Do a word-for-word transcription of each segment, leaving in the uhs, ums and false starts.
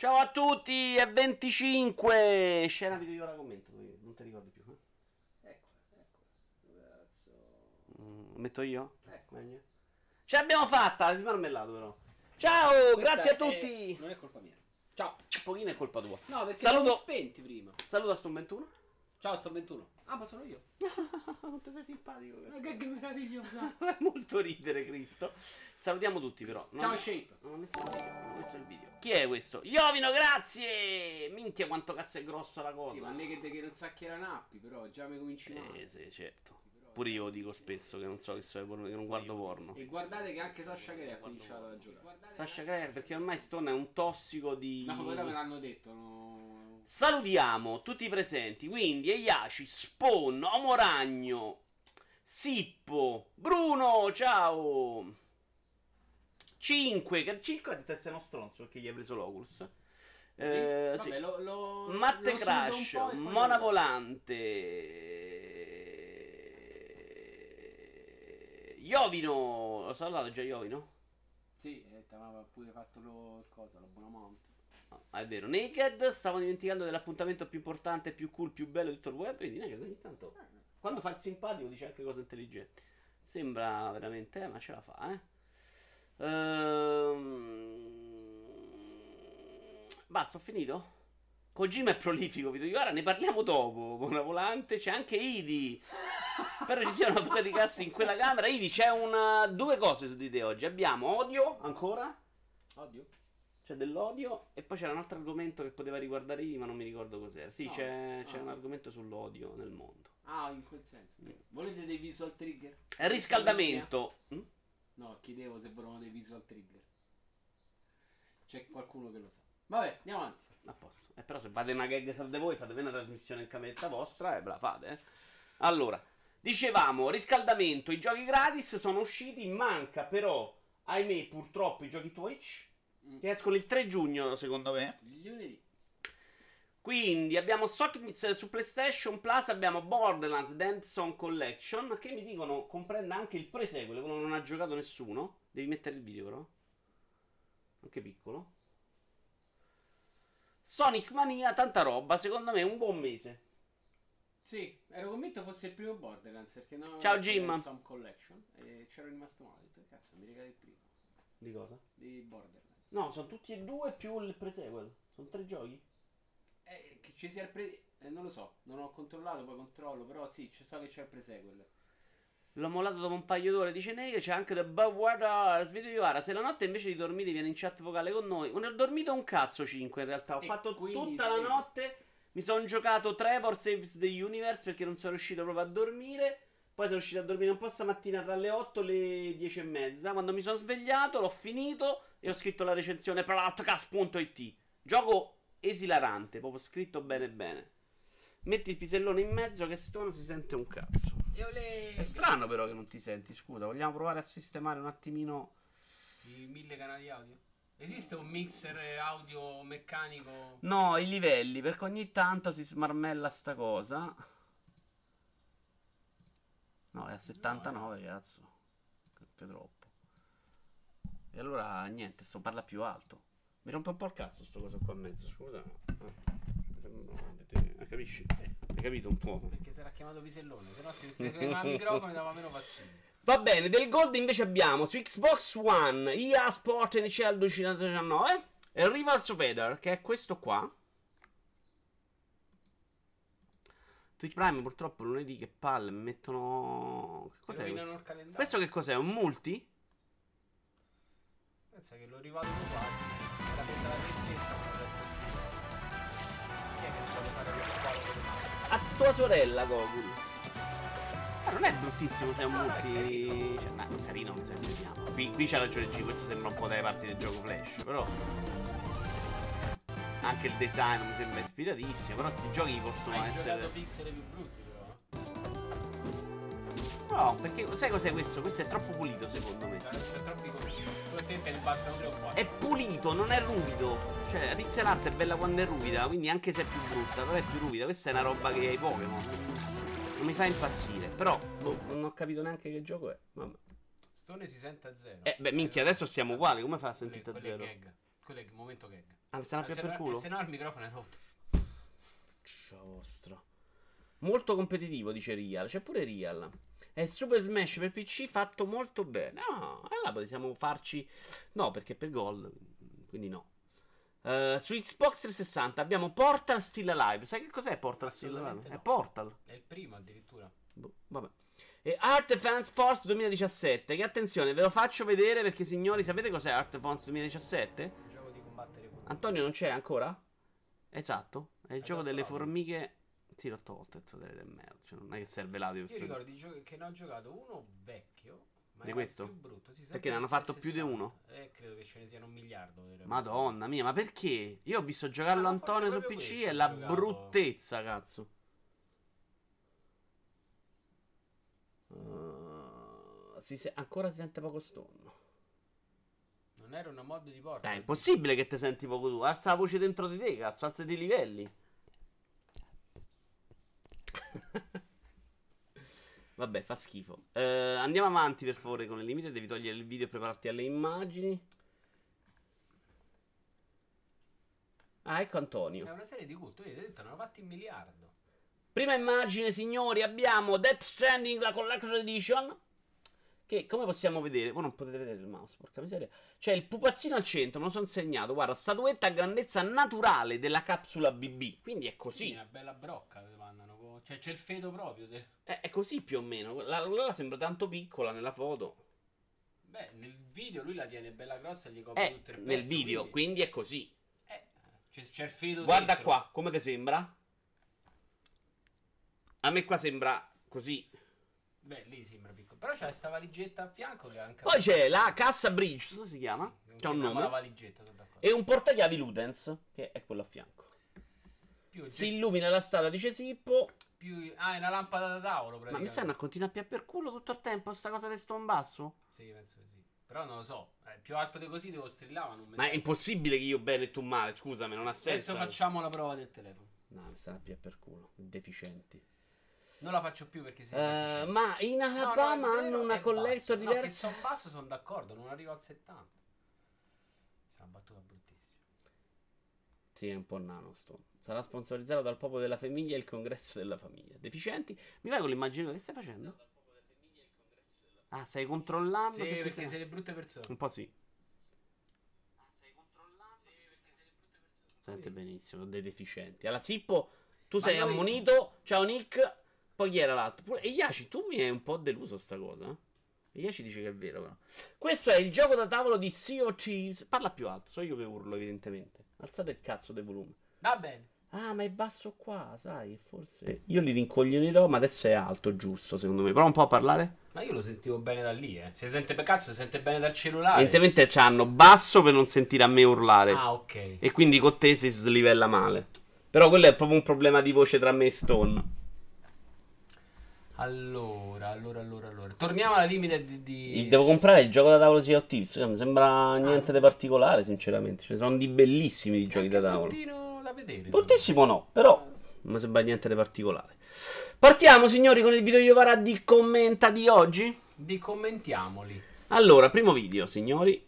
Ciao a tutti, è venticinque. Scena video io la commento, non ti ricordi più. Eh? Ecco, ecco. Cazzo. Mm, metto io? Ecco. Meglio. Ce l'abbiamo fatta, si marmellato però. Ciao, Questa grazie a è- tutti. Non è colpa mia. Ciao. Un pochino è colpa tua. No, perché Saluto- siamo spenti prima. Saluto a Stone ventuno. Ciao, sto ventuno. Ah, ma sono io. Quanto sei simpatico. Ma cazzo. che meravigliosa. Fa molto ridere, Cristo. Salutiamo tutti però. Non- Ciao, Shape. Non ho messo il video, non ho messo il video. Chi è questo? Iovino, grazie! Minchia quanto cazzo è grossa la cosa. Sì, ma me che, che non sa che era nappi, però già mi cominci male. Eh sì, certo. Pure io dico spesso che non so che, so, che non guardo porno. E guardate che anche Sasha Grey ha cominciato a giocare. Sasha Grey, perché ormai Stone è un tossico di... No, però me l'hanno detto, no. Salutiamo tutti i presenti, quindi Eiaci, Spawn, Omoragno, Sippo, Bruno, ciao! cinque, che cinque ha detto essere uno stronzo perché gli hai preso l'Oculus. Eh, Vabbè, sì. lo, lo, Matte lo Crash, sudo un po' e poi Mona lo- Volante, Iovino, ho salutato già Iovino? Sì, eh, ti aveva pure fatto lo, il cosa, l'abbonamento. Ah, è vero, Naked, stavo dimenticando dell'appuntamento più importante, più cool, più bello di tutto il web. Vedi, Naked ogni tanto, quando fa il simpatico, dice anche cose intelligenti. Sembra veramente, eh, ma ce la fa, eh. Ehm... Basta, ho finito? Kojima è prolifico, video di ora, ne parliamo dopo. Buona volante, c'è anche Idi. Spero ci sia una fuga di cazzo in quella camera. Idi, c'è una... due cose su di te oggi. Abbiamo odio, ancora. Oddio. C'è dell'odio e poi c'era un altro argomento che poteva riguardare Idi, ma non mi ricordo cos'era. Sì, No. c'è, c'è Ah, un sì. argomento sull'odio nel mondo. Ah, in quel senso. Volete dei visual trigger? È riscaldamento. Mm? No, chiedevo se volevano dei visual trigger. C'è qualcuno che lo sa. Vabbè, andiamo avanti. A posto. Eh, però se fate una gag tra di voi, fate una trasmissione in cameretta vostra e ve la fate, eh. Allora, dicevamo, riscaldamento, i giochi gratis sono usciti, manca però, ahimè, purtroppo i giochi Twitch, Mm. che escono il tre giugno, secondo me. Il lunedì. Quindi abbiamo Sockets su PlayStation Plus, abbiamo Borderlands Dance Song Collection, che mi dicono comprende anche il pre-sequel, quello non ha giocato nessuno. Devi mettere il video però. Anche piccolo. Sonic Mania, tanta roba, secondo me un buon mese. Sì, ero convinto fosse il primo Borderlands perché no. Ciao, Jim. Some Collection. E c'ero rimasto male. Ho detto, cazzo, mi regali il primo. Di cosa? Di Borderlands. No, sono tutti e due più il pre-sequel. Sono tre giochi. Eh, che ci sia il pre. Eh, non lo so, non ho controllato, poi controllo. Però sì, c- so che c'è il pre-sequel. L'ho mollato dopo un paio d'ore, dice Nega, c'è anche The Bugwater, Svidio di Vara. Se la notte invece di dormire viene in chat vocale con noi. Non ho dormito un cazzo cinque in realtà. Ho E fatto quindi tutta la vedi. notte. Mi sono giocato Trevor Saves the Universe perché non sono riuscito proprio a dormire. Poi sono riuscito a dormire un po' stamattina tra le otto e le dieci e mezza. Quando mi sono svegliato l'ho finito e ho scritto la recensione per outcast punto it. Gioco esilarante, proprio scritto bene bene. Metti il pisellone in mezzo che Stone si sente un cazzo. Io le. È strano però che non ti senti, scusa, vogliamo provare a sistemare un attimino. I mille canali audio. Esiste un mixer audio meccanico? No, i livelli, perché ogni tanto si smarmella sta cosa. No, è a settantanove, cazzo. Che troppo. E allora niente, sto parla più alto. Mi rompe un po' il cazzo sto cosa qua in mezzo, scusa. Ah, capisci? Hai capito un po'? Perché te l'ha chiamato Pisellone, se no ti stai chiamando microfono dava meno fastidio. Va bene, del Gold invece abbiamo su Xbox One E A Sport N C L duemiladiciannove e Rivals of Eder, che è questo qua. Twitch Prime purtroppo lunedì, che palle, mi mettono... Che cos'è Rovinano questo? il calendario. Questo che cos'è? Un multi? Pensa che lo rivalutano quasi. Era presa la tristezza quando ho detto. Chi è che vuole fare lo squalo con le mani? A tua sorella, Gogul. Ma non è bruttissimo se è un No, no, è multi... carino. Cioè, beh, carino mi sembra, vediamo. Qui, qui c'ha ragione G, questo sembra un po' dai parti del gioco Flash, però... Anche il design non mi sembra ispiratissimo, però questi giochi possono Hai essere... giocato pixel più brutti però. No, perché sai cos'è questo? Questo è troppo pulito secondo me. C'è c'è troppi colori. Tu a te te ne bastano tre o quattro. È pulito, non è ruvido. Cioè, pixel art è bella quando è ruvida, quindi anche se è più brutta, però è più ruvida. Questa è una roba che ai Pokémon non mi fa impazzire. Però, boh, non ho capito neanche che gioco è. Vabbè. Stone si sente a zero. Eh, beh, minchia, adesso stiamo uguali. Come fa a Quelle- sentire a quelle zero? gag. Quello è il momento gag. Ah, mi stanno a Se più per no, culo? se no il microfono è rotto. Ciao vostra. Molto competitivo, dice Real. C'è pure Real. È Super Smash per P C fatto molto bene. No, allora possiamo farci... No, perché per Gold, quindi no. Uh, su Xbox trecentosessanta abbiamo Portal Still Alive. Sai che cos'è Portal Still Alive? No. È Portal. È il primo addirittura. Boh, vabbè. E Art Defense Force duemiladiciassette. Che attenzione, ve lo faccio vedere perché signori, sapete cos'è Art Defense duemiladiciassette? Un gioco di combattere con... Antonio non c'è ancora? Esatto. È il Hai gioco delle tolto formiche. Sì, l'ho tolto, è totale del merda. Cioè, non è che serve l'audio. Io questo- ricordo di giochi che ne ho giocato uno vecchio. Ma Di era questo? più brutto. Sì, sempre Perché ne hanno del fatto più di trecentosessanta. uno? Eh, credo che ce ne siano un miliardo. vero? Madonna mia, ma perché? Io ho visto giocarlo Ah, ma forse Antonio su proprio P C questo e ho la giocato. bruttezza, cazzo. Uh, si se- ancora si sente poco stonno. Non era una mod di Portal. Dai, è impossibile che ti senti poco tu. Alza la voce dentro di te, cazzo, alza i livelli. Vabbè, fa schifo. Eh, andiamo avanti per favore con il limite. Devi togliere il video e prepararti alle immagini. Ah, ecco Antonio. È una serie di culto. Io ho detto, ne hanno fatti un miliardo. Prima immagine, signori, abbiamo Death Stranding, la Collector Edition. Che, come possiamo vedere, voi non potete vedere il mouse, porca miseria. C'è il pupazzino al centro, me lo sono segnato. Guarda, statuetta a grandezza naturale della capsula B B. Quindi è così. Sì, una bella brocca che mandano. co- Cioè, c'è il feto proprio. del- È, è così più o meno. La, la sembra tanto piccola nella foto. Beh, nel video lui la tiene bella grossa e gli copre È tutte le nel video, quindi è così. Eh, c'è, c'è il feto Guarda dentro. qua, come ti sembra? A me qua sembra così. Beh, lì sembra piccolo. Però c'è questa valigetta a fianco che è anche... Poi c'è la cassa bridge, come si chiama? Sì, C'ha un chiamiamola nome. valigetta, sono d'accordo. E un portachiavi Ludens, che è quello a fianco. Più, Si illumina la strada, dice Sippo. più... Ah, è una lampada da tavolo, Ma mi praticamente. stanno a continuare a pià per culo tutto il tempo sta cosa di sto in basso? Sì, penso che sì. Però non lo so. Eh, più alto di così devo strillare, ma non mi Ma è sento. impossibile che io bene e tu male, scusami, non ha senso. Adesso facciamo la prova del telefono. No, mi stanno a più per culo, deficienti. Non la faccio più perché sei Eh, deficiente. ma in No, no, è Alabama vero, hanno una è collector basso. No, che diversa. sono basso, sono d'accordo, non arrivo al settanta. Sarà una battuta bruttissima. Sì, è un po' nano sto. Sarà sponsorizzato dal popolo della famiglia e il congresso della famiglia. Deficienti? Mi vai con l'immagine che stai facendo? Ah, stai controllando? Sì, se ti perché sei- siete brutte persone. Un po' sì. Sente benissimo, dei deficienti. Allora, Sippo, tu Ma sei noi- ammonito. Ciao Nick. Poi chi era l'altro? Pure... E Iaci, tu mi hai un po' deluso sta cosa. Eh? E Iaci dice che è vero, però. Questo è il gioco da tavolo di Sea of Thieves. Parla più alto, so io che urlo, evidentemente. Alzate il cazzo del volume. Va bene. Ah, ma è basso qua, sai, forse... Io li rincoglionirò, ma adesso è alto, giusto, secondo me. Prova un po' a parlare. Ma io lo sentivo bene da lì, eh. Se sente per cazzo, si sente bene dal cellulare. Evidentemente c'hanno basso per non sentire a me urlare. Ah, ok. E quindi con te si slivella male. Però quello è proprio un problema di voce tra me e Stone. Allora, allora, allora, allora. Torniamo alla limite di... di... Il- Devo comprare il gioco da tavolo Sea of Thieves. Non sembra niente di particolare, sinceramente. Ce ne sono di bellissimi di giochi Anche da tavolo. bruttino da vedere. Bruttissimo no, però non mi sembra niente di particolare. Partiamo, signori, con il video Iovara di commenta di oggi. Di commentiamoli. Allora, primo video, signori.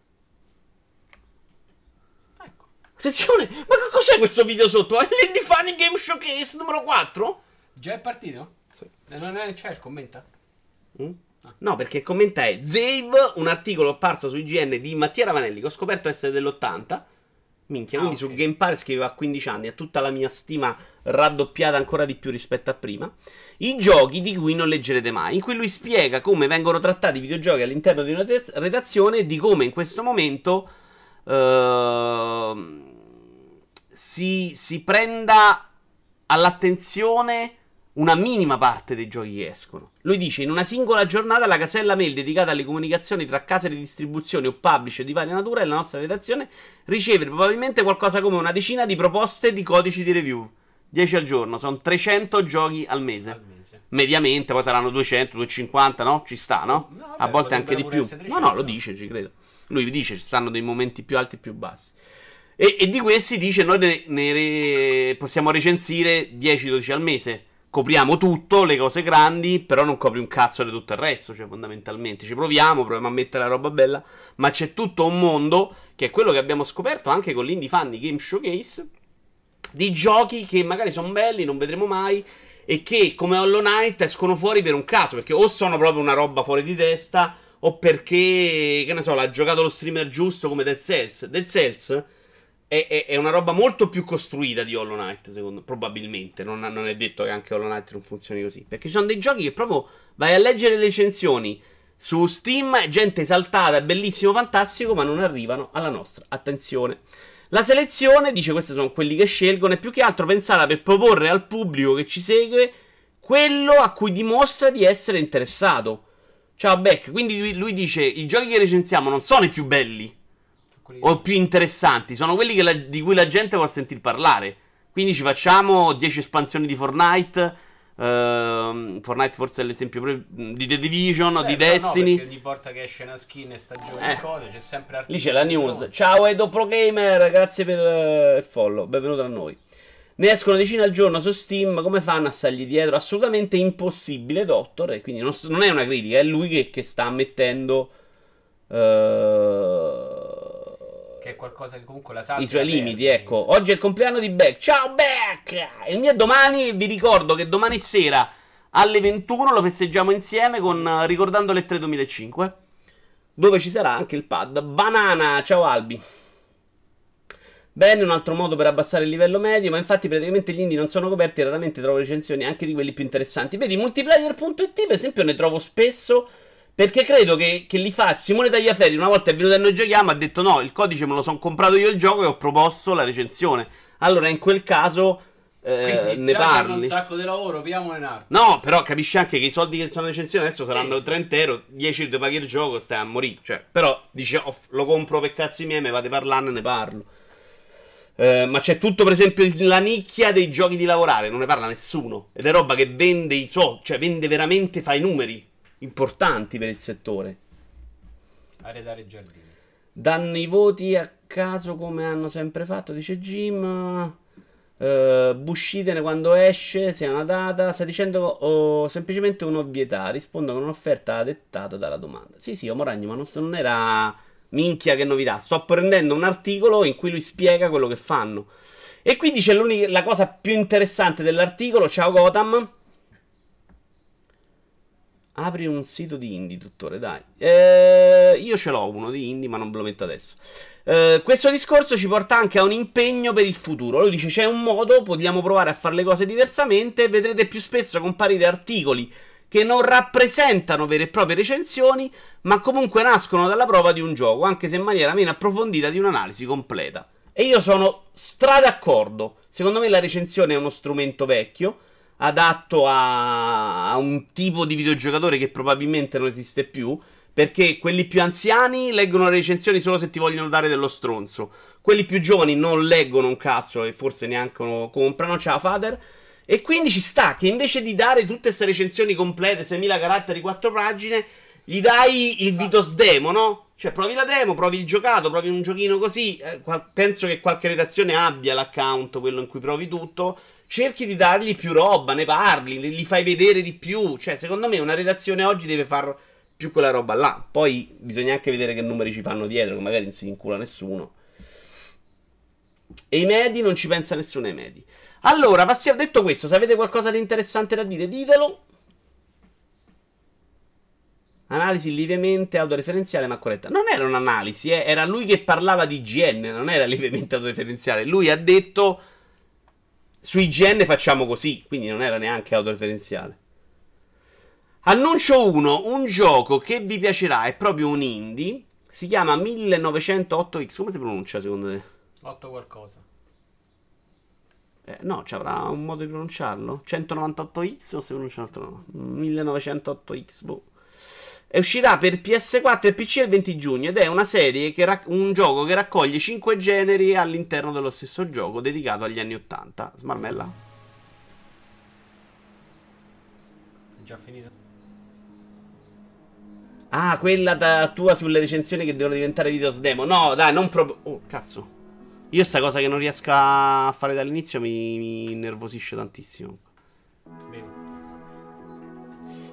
Ecco. Attenzione, ma che cos'è questo video sotto? È l'Indie Funny Game Showcase numero quattro? Già è partito? Sì. E non è, c'è il commenta? Mm? No, perché il commenta è Zave, un articolo apparso su I G N di Mattia Ravanelli, che ho scoperto essere dell'ottanta. Minchia, Ah, quindi ok. su Gamepare scriveva a quindici anni, ha tutta la mia stima raddoppiata ancora di più rispetto a prima. I giochi di cui non leggerete mai, in cui lui spiega come vengono trattati i videogiochi all'interno di una redaz- redazione e di come in questo momento ehm, si, si prenda all'attenzione una minima parte dei giochi che escono. Lui dice: in una singola giornata la casella mail dedicata alle comunicazioni tra case di distribuzione o publisher di varia natura e la nostra redazione riceve probabilmente qualcosa come una decina di proposte di codici di review. dieci al giorno, sono trecento giochi al mese. Al mese. Mediamente, poi saranno duecento, duecentocinquanta, no? Ci sta, no? No, vabbè, A volte anche di potrebbero più. essere No, trecento. no, lo dice, ci credo. Lui dice: ci stanno dei momenti più alti e più bassi. E, e di questi dice: noi ne, ne re- possiamo recensire dieci dodici al mese. copriamo tutto, le cose grandi, però non copri un cazzo di tutto il resto, cioè fondamentalmente ci proviamo, proviamo a mettere la roba bella, ma c'è tutto un mondo, che è quello che abbiamo scoperto anche con l'Indie Funny Game Showcase, di giochi che magari sono belli, non vedremo mai, e che come Hollow Knight escono fuori per un caso, perché o sono proprio una roba fuori di testa, o perché, che ne so, l'ha giocato lo streamer giusto come Dead Cells. Dead Cells è, è, è una roba molto più costruita di Hollow Knight, secondo me, probabilmente. Non, non è detto che anche Hollow Knight non funzioni così, perché ci sono dei giochi che proprio vai a leggere le recensioni su Steam, gente esaltata, bellissimo, fantastico, ma non arrivano alla nostra attenzione. La selezione, dice, questi sono quelli che scelgono, è più che altro pensata per proporre al pubblico che ci segue quello a cui dimostra di essere interessato. Ciao Beck, quindi lui, lui dice, i giochi che recensiamo non sono i più belli o i più interessanti, sono quelli che la, di cui la gente vuole sentir parlare. Quindi ci facciamo dieci espansioni di Fortnite, Uh, Fortnite forse è l'esempio pre- di The Division, Beh, di però Destiny. no, perché ogni volta che esce una skin e stagione Eh. e cose c'è sempre articoli. Lì c'è la news. Ciao Edo Pro Gamer, grazie per uh, il follow, benvenuto a noi. Ne escono decine al giorno su Steam, come fanno a stargli dietro? Assolutamente impossibile, Doctor. E quindi non, non è una critica, è lui che, che sta mettendo uh, che è qualcosa che comunque la salva i suoi la limiti, perde. ecco. Oggi è il compleanno di Beck. Ciao Beck! Il mio è domani, vi ricordo che domani sera alle ventuno lo festeggiamo insieme con uh, ricordando le tre duemilacinque, dove ci sarà anche il pad. Banana, ciao Albi. Bene, un altro modo per abbassare il livello medio, ma infatti praticamente gli indie non sono coperti e raramente trovo recensioni anche di quelli più interessanti. Vedi, multiplayer punto it per esempio ne trovo spesso, perché credo che, che li faccia. Simone Tagliaferri una volta è venuto a noi giochiamo, ha detto no, il codice me lo sono comprato io il gioco e ho proposto la recensione. Allora in quel caso eh, Quindi ne già parli. un sacco di lavoro, pigliamolo in arte. No, però capisci anche che i soldi che sono recensioni adesso saranno Sì, sì. trenta euro, dieci ti paghi il gioco, stai a morire. Cioè, però dice oh, lo compro per cazzi miei, me vate parlando e ne parlo. Eh, ma c'è tutto, per esempio, la nicchia dei giochi di lavorare, non ne parla nessuno. Ed è roba che vende i so, cioè vende veramente, fa i numeri importanti per il settore. Arredare i giardini. Danno i voti a caso come hanno sempre fatto, dice Jim. Uh, Buscitene quando esce, se è una data. Sta dicendo o semplicemente un'ovvietà. Rispondo con un'offerta dettata dalla domanda. Sì, sì, Omoragno, ma non, non era minchia che novità. Sto prendendo un articolo in cui lui spiega quello che fanno. E qui dice la cosa più interessante dell'articolo. Ciao Gotham. Apri un sito di indie, dottore, dai. Eh, io ce l'ho uno di indie, ma non ve lo metto adesso. Eh, questo discorso ci porta anche a un impegno per il futuro. Lui dice c'è un modo, vogliamo provare a fare le cose diversamente e vedrete più spesso comparire articoli che non rappresentano vere e proprie recensioni, ma comunque nascono dalla prova di un gioco, anche se in maniera meno approfondita di un'analisi completa. E io sono stra d'accordo. Secondo me la recensione è uno strumento vecchio, adatto a, a un tipo di videogiocatore che probabilmente non esiste più, perché quelli più anziani leggono le recensioni solo se ti vogliono dare dello stronzo, quelli più giovani non leggono un cazzo e forse neanche comprano. Ciao Fader. E quindi ci sta che invece di dare tutte queste recensioni complete, seimila caratteri, quattro pagine, gli dai il Vitos Demo, no? Cioè provi la demo, provi il giocato, provi un giochino così. eh, Penso che qualche redazione abbia l'account, quello in cui provi tutto. Cerchi di dargli più roba, ne parli, li fai vedere di più. Cioè, secondo me una redazione oggi deve far più quella roba là. Poi bisogna anche vedere che numeri ci fanno dietro, che magari non si incula nessuno. E i medi non ci pensa nessuno ai medi. Allora, passiamo, detto questo, se avete qualcosa di interessante da dire, ditelo. Analisi lievemente autoreferenziale ma corretta. Non era un'analisi, eh. Era lui che parlava di I G N, non era lievemente autoreferenziale. Lui ha detto su I G N facciamo così, quindi non era neanche autoreferenziale. Annuncio uno, un gioco che vi piacerà, è proprio un indie, si chiama millenovecentotto X, come si pronuncia secondo te? otto qualcosa. Eh, no, ci avrà un modo di pronunciarlo? centonovantotto X o si pronuncia un altro no? millenovecentotto X, boh. E uscirà per P S quattro e P C il venti giugno ed è una serie, che rac- un gioco che raccoglie cinque generi all'interno dello stesso gioco dedicato agli anni ottanta. Smarmella. È già finito? Ah, quella da tua sulle recensioni che devono diventare videos demo. No, dai, non proprio... Oh, cazzo. Io sta cosa che non riesco a fare dall'inizio mi, mi innervosisce tantissimo. Bene.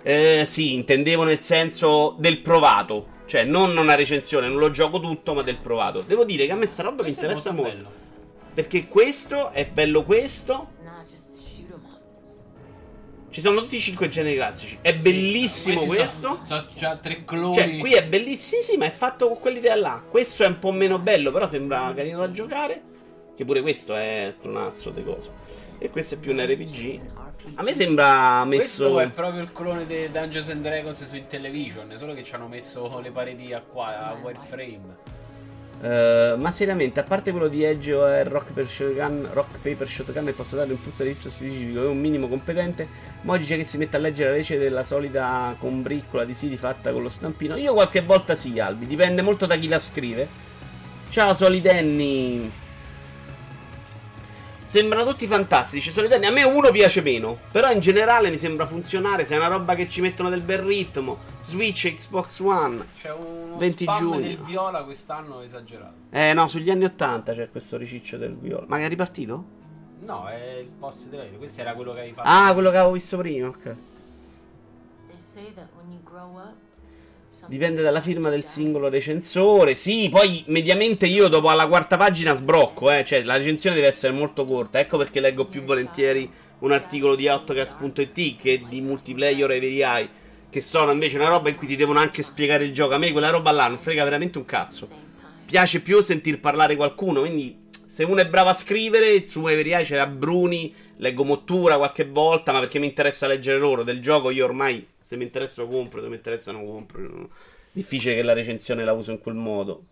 Eh, sì, intendevo nel senso del provato. Cioè, non una recensione, non lo gioco tutto, ma del provato. Devo dire che a me sta roba mi Questo è interessa molto. bello. Perché questo è bello questo. Ci sono tutti i cinque generi classici. È bellissimo Questi questo. Sono so già tre cloni. Cioè, qui è bellissimo, sì, ma è fatto con quell'idea là. Questo è un po' meno bello, però sembra carino da giocare. Che pure questo è clonazzo di cose. E questo è più un R P G. A me sembra messo. Questo è proprio il clone di Dungeons and Dragons su Intellivision, solo che ci hanno messo le pareti a qua, a wireframe. Uh, ma seriamente, a parte quello di Edge o eh, Rock, per Shotgun, Rock Paper Shotgun, e posso dare un impulso di vista specifico e un minimo competente. Ma oggi c'è che si mette a leggere la legge della solita combriccola di siti fatta con lo stampino. Io qualche volta sì, Albi, dipende molto da chi la scrive. Ciao Solidenni. Sembrano tutti fantastici. Solidenni, a me uno piace meno, però in generale mi sembra funzionare. Se è una roba che ci mettono del bel ritmo. Switch, Xbox One. C'è uno venti spam giugno. del viola quest'anno esagerato. Eh no, sugli anni ottanta c'è questo riciccio del viola. Ma è ripartito? No, è il post trailer. Questo era quello che avevi fatto. Ah, quello che avevo visto prima, ok. Dipende dalla firma del singolo recensore. Sì, poi mediamente io dopo alla quarta pagina sbrocco, eh. Cioè la recensione deve essere molto corta. Ecco perché leggo più volentieri un articolo di Outcast punto it che di Multiplayer e Verii, che sono invece una roba in cui ti devono anche spiegare il gioco. A me quella roba là non frega veramente un cazzo. Piace più sentir parlare qualcuno. Quindi se uno è bravo a scrivere, su Verii c'è la Bruni, leggo Mottura qualche volta, ma perché mi interessa leggere loro. Del gioco io ormai, se mi interessa lo compro, se mi interessa non compro. Difficile che la recensione la uso in quel modo.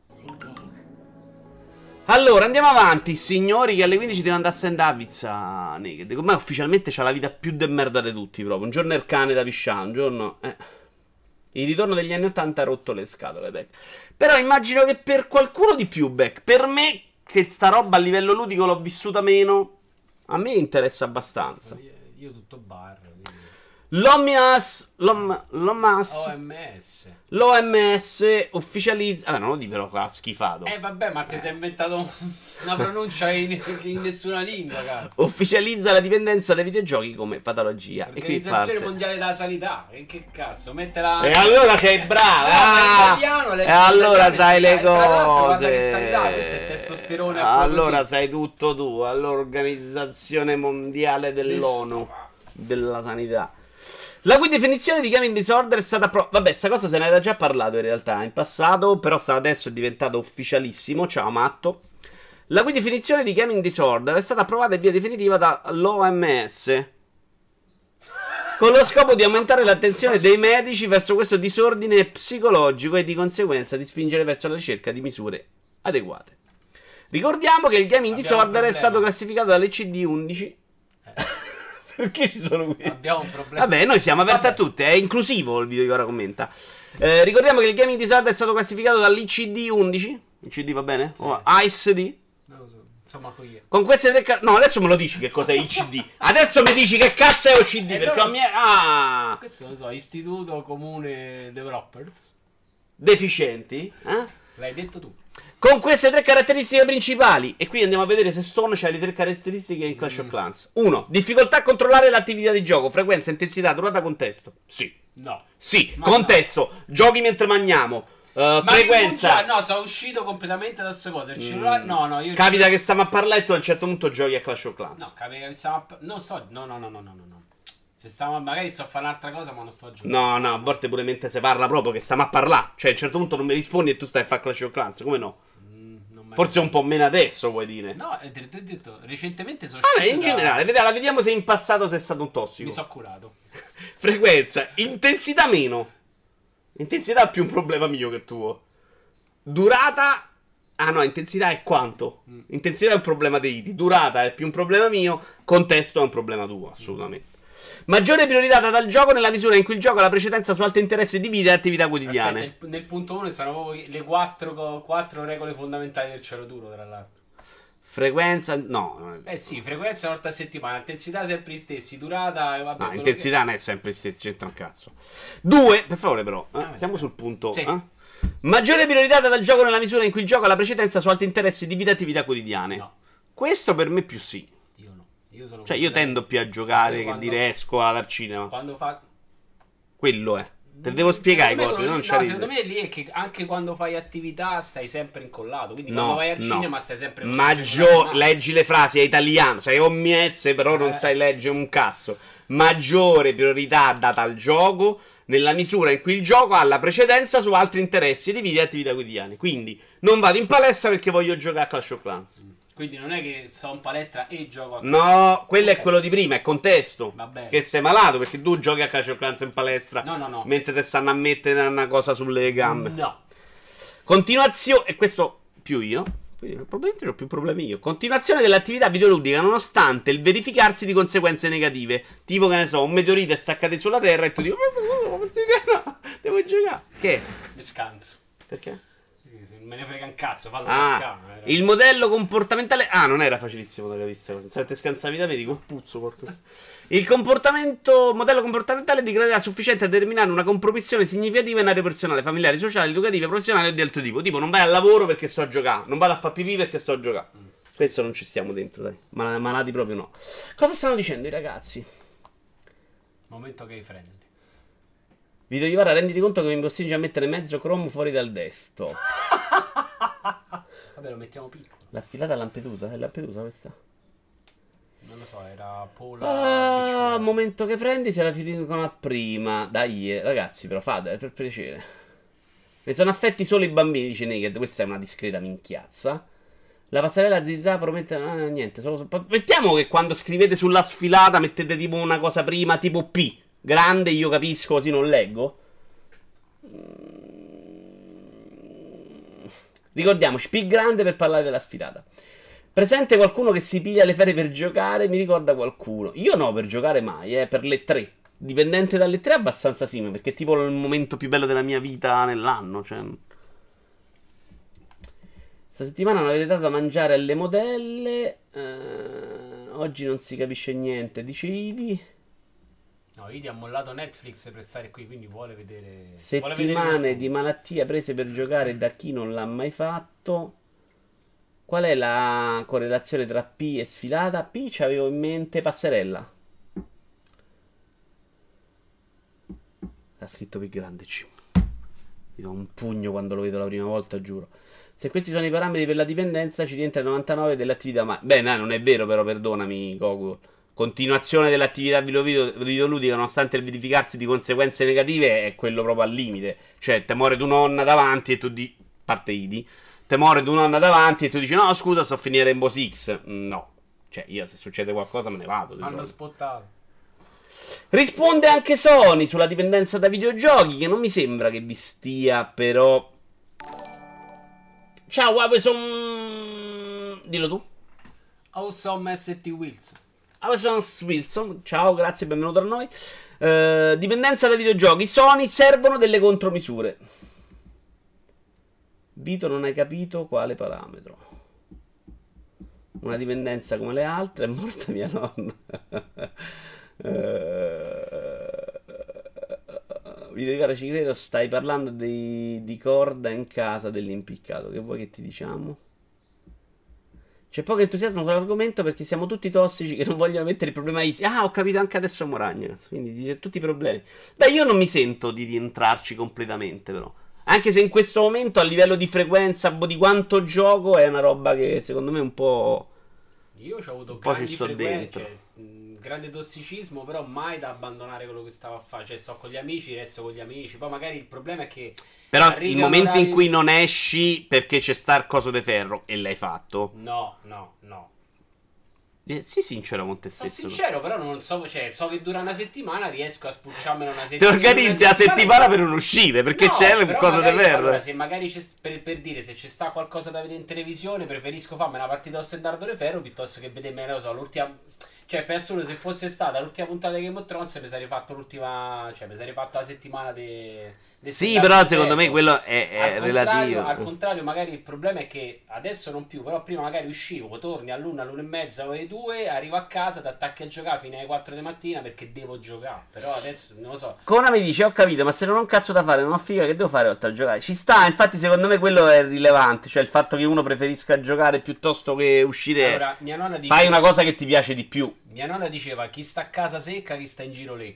Allora, andiamo avanti, signori, che alle quindici devo andare a Saint David's a Naked. Con me ufficialmente c'ha la vita più de merda di tutti, proprio. Un giorno è il cane da pisciare, un giorno... Eh. Il ritorno degli anni ottanta ha rotto le scatole, Beck. Però immagino che per qualcuno di più, Beck. Per me, che sta roba a livello ludico l'ho vissuta meno, a me interessa abbastanza. Io, io tutto bar. Quindi... L'Omias... L'Om, L'Omas... O M S. L'O M S ufficializza... Ah, non lo dico però che ha schifato. Eh vabbè, ma ti sei inventato una pronuncia in, in nessuna lingua, cazzo. Ufficializza la dipendenza dai videogiochi come patologia. E qui L'Organizzazione parte. Mondiale della Sanità. E che cazzo, mettela... E allora sei brava! Ah, italiano, e allora sai le Tra l'altro, guarda cose. che sanità, questo è testosterone a Allora così. sai tutto tu. All'Organizzazione Mondiale dell'ONU della Sanità. La cui definizione di gaming disorder è stata approvata. Vabbè, sta cosa se ne era già parlato in realtà in passato, però adesso è diventato ufficialissimo. Ciao Matto. La cui definizione di gaming disorder è stata approvata in via definitiva dall'O M S, con lo scopo di aumentare l'attenzione dei medici verso questo disordine psicologico e di conseguenza di spingere verso la ricerca di misure adeguate. Ricordiamo che il gaming Abbiamo disorder un è stato problema. classificato dall'I C D undici. Perché ci sono qui? Abbiamo un problema. Vabbè, noi siamo aperti Vabbè. a tutte, è inclusivo il video che ora commenta. Eh, ricordiamo che il gaming disorder è stato classificato dall'I C D undici. I C D va bene? Sì. O I C D? Non lo so, insomma, con io. Con queste tre car- No, adesso me lo dici che cos'è I C D. Adesso mi dici che cazzo è O C D. Eh, perché non la mia... Ah! Questo lo so, Istituto Comune Developers. Deficienti. Eh? L'hai detto tu. Con queste tre caratteristiche principali. E qui andiamo a vedere se Stone c'ha le tre caratteristiche in Clash of Clans. uno. Difficoltà a controllare l'attività di gioco. Frequenza, intensità, durata, contesto. Sì. No. Sì. Ma contesto. Giochi mentre mangiamo. Uh, Ma frequenza. che no, sono uscito completamente da queste cose. Il cellulare, no, no, io Capita che stiamo a parlare e tu a un certo punto giochi a Clash of Clans. No, capita che stiamo a... Non so, no, no, no, no, no, no, no. Se stiamo magari sto a fare un'altra cosa, ma non sto a giocare. No, no, a volte pure mentre si parla proprio che stiamo a parlare. Cioè a un certo punto non mi rispondi e tu stai a fare Clash of Clans. Come no? Mm, non mi- Forse un po' meno adesso, vuoi dire. No, eh, te l'ho detto, recentemente sono Vabbè, uscito in da- generale, vediamo, vediamo se in passato sei stato un tossico. Mi sono curato. Frequenza, intensità meno. Intensità è più un problema mio che tuo. Durata. Ah no, intensità è quanto? Intensità è un problema dei iti. Durata è più un problema mio. Contesto è un problema tuo, assolutamente. Maggiore priorità data al gioco nella misura in cui il gioco ha la precedenza su altri interessi di vita e attività quotidiane. Aspetta, il- nel punto uno stanno proprio le quattro, co- quattro regole fondamentali del cielo duro, tra l'altro. Frequenza, no. Eh sì, frequenza una volta a settimana, intensità sempre gli stessi, durata e vabbè, No, quello intensità non è sempre stesso, c'entra un cazzo. Due, per favore però, eh, Ah, stiamo beh. sul punto. Sì. eh. Maggiore priorità data al gioco nella misura in cui il gioco ha la precedenza su altri interessi di vita e attività quotidiane. No. Questo per me più sì. che- Io no. Io sono Cioè io tendo più a giocare che Quando- dire esco al cinema. Quando fa... Quello è. Te devo spiegare Secondo me cose, non- non no, c'è secondo me lì è che anche quando fai attività stai sempre incollato. Quindi No, quando vai al no. cinema stai sempre con Maggior, leggi le frasi, è italiano, sei O M S, però non Eh. sai leggere un cazzo. Maggiore priorità data al gioco nella misura in cui il gioco ha la precedenza su altri interessi e divide attività quotidiane. Quindi non vado in palestra perché voglio giocare a Clash of Clans. Quindi non è che sto in palestra e gioco a No, quello Ok. è quello di prima, è contesto. Va bene. Che sei malato perché tu giochi a Clash of Clans in palestra. No, no, no. Mentre ti stanno a mettere una cosa sulle gambe. No. Continuazione, e questo più io. Quindi probabilmente ho più problemi io. Continuazione dell'attività videoludica nonostante il verificarsi di conseguenze negative. Tipo che ne so, un meteorite è staccato sulla Terra e tu dici: "Oh, no, devo giocare." Che? Mi scanso. Perché? Me ne frega un cazzo, fallo Ah, pescare. Era- il modello comportamentale. Ah, non era facilissimo da capire questa cosa. Se te scansavi da me, dico il puzzo, porco. Il comportamento, modello comportamentale di gradità sufficiente a determinare una compromissione significativa in aree personali, familiari, sociali, educative, professionali e di altro tipo. Tipo, non vai al lavoro perché sto a giocare, non vado a far pipì perché sto a giocare. Questo non ci stiamo dentro, dai. Ma malati proprio no. Cosa stanno dicendo i ragazzi? Momento che hai friendly. Vito Iovara, renditi conto che mi costringe a mettere mezzo Chrome fuori dal desktop. Vabbè, lo mettiamo piccolo. La sfilata a Lampedusa, è Lampedusa questa? Non lo so, era Paul. Ah, momento che prendi se la finiscono a prima. Dai, eh, ragazzi, però fate, per piacere. Ne sono affetti solo i bambini, dice Naked. Questa è una discreta minchiazza. La passerella Zizà promette... Ah, niente, solo... Mettiamo che quando scrivete sulla sfilata mettete tipo una cosa prima, tipo P. Grande, io capisco, così non leggo. Ricordiamoci, P grande per parlare della sfilata. Presente qualcuno che si piglia le ferie per giocare? Mi ricorda qualcuno. Io no, per giocare mai, eh, per le tre. Dipendente dalle tre abbastanza simile, perché è tipo il momento più bello della mia vita nell'anno, cioè... Questa settimana non avete dato da mangiare alle modelle. eh, Oggi non si capisce niente, dice Idi. No, Idi ha mollato Netflix per stare qui, quindi vuole vedere. vuole vedere lo Settimane studio. di malattia prese per giocare da chi non l'ha mai fatto. Qual è la correlazione tra P e sfilata? P ci avevo in mente passerella. Ha scritto P grande C. Mi do un pugno quando lo vedo la prima volta, giuro. Se questi sono i parametri per la dipendenza, ci rientra il novantanove dell'attività. Ma beh, no, non è vero, però, perdonami, Goku. Continuazione dell'attività video- videoludica nonostante il verificarsi di conseguenze negative è quello proprio al limite. Cioè, te muore tu nonna davanti e tu di... parte Idi. Te muore tu nonna davanti e tu dici no, scusa, sto a finire Rainbow Six. No. Cioè, io se succede qualcosa me ne vado. di Hanno solito. spottato. Risponde anche Sony sulla dipendenza da videogiochi, che non mi sembra che vi stia, però... Ciao, Waveson... Dillo tu. Awesome S T Wilson. Waveson Wilson, ciao, grazie, benvenuto a noi. Eh, dipendenza da videogiochi. Sony servono delle contromisure. Vito, non hai capito quale parametro. Una dipendenza come le altre, è morta mia nonna. Vito di cara, ci credo, stai parlando di, di corda in casa dell'impiccato. Che vuoi che ti diciamo? C'è poco entusiasmo sull'argomento perché siamo tutti tossici che non vogliono mettere il problema easy. Ah, ho capito anche adesso Moragna. Quindi dice tutti i problemi. Beh, io non mi sento di rientrarci completamente, però. Anche se in questo momento a livello di frequenza, boh, di quanto gioco, è una roba che secondo me un po'... Io ho avuto Un po' ci grandi sto frequen- dentro. cioè, mh, grande tossicismo, però mai da abbandonare quello che stavo a fare. Cioè, sto con gli amici, resto con gli amici. Poi magari il problema è che Però arrivi il a un momento in orario- cui non esci perché c'è sta il coso de ferro e l'hai fatto. No, no, no. Eh, sii sincero con te Sono stesso. sincero, però non so, cioè, so che dura una settimana, riesco a spucciarmela una Ti settimana. organizzi la settimana per non uscire perché No, c'è il però coso de magari- ferro. Allora, se magari c'è, per, per dire, se ci sta qualcosa da vedere in televisione, preferisco farmi una partita a Stendardo de Ferro piuttosto che vedermi, non lo so, l'ultima... Cioè, per assurdo, se fosse stata l'ultima puntata di Game of Thrones, mi sarei fatto l'ultima... Cioè, mi sarei fatto la settimana di... Sì, però secondo me quello è, è al relativo. contrario, al contrario, magari il problema è che adesso non più, però prima magari uscivo, torni all'una, all'una e mezza o alle due, arrivo a casa, ti attacchi a giocare fino alle quattro di mattina perché devo giocare. Però adesso non lo so. Cona mi dice, ho capito, ma se non ho un cazzo da fare, non ho figa, che devo fare oltre a giocare? Ci sta, infatti secondo me quello è rilevante, cioè il fatto che uno preferisca giocare piuttosto che uscire. Allora, mia nonna dice, Fai una cosa che ti piace di più. mia nonna diceva chi sta a casa secca, chi sta in giro lecca.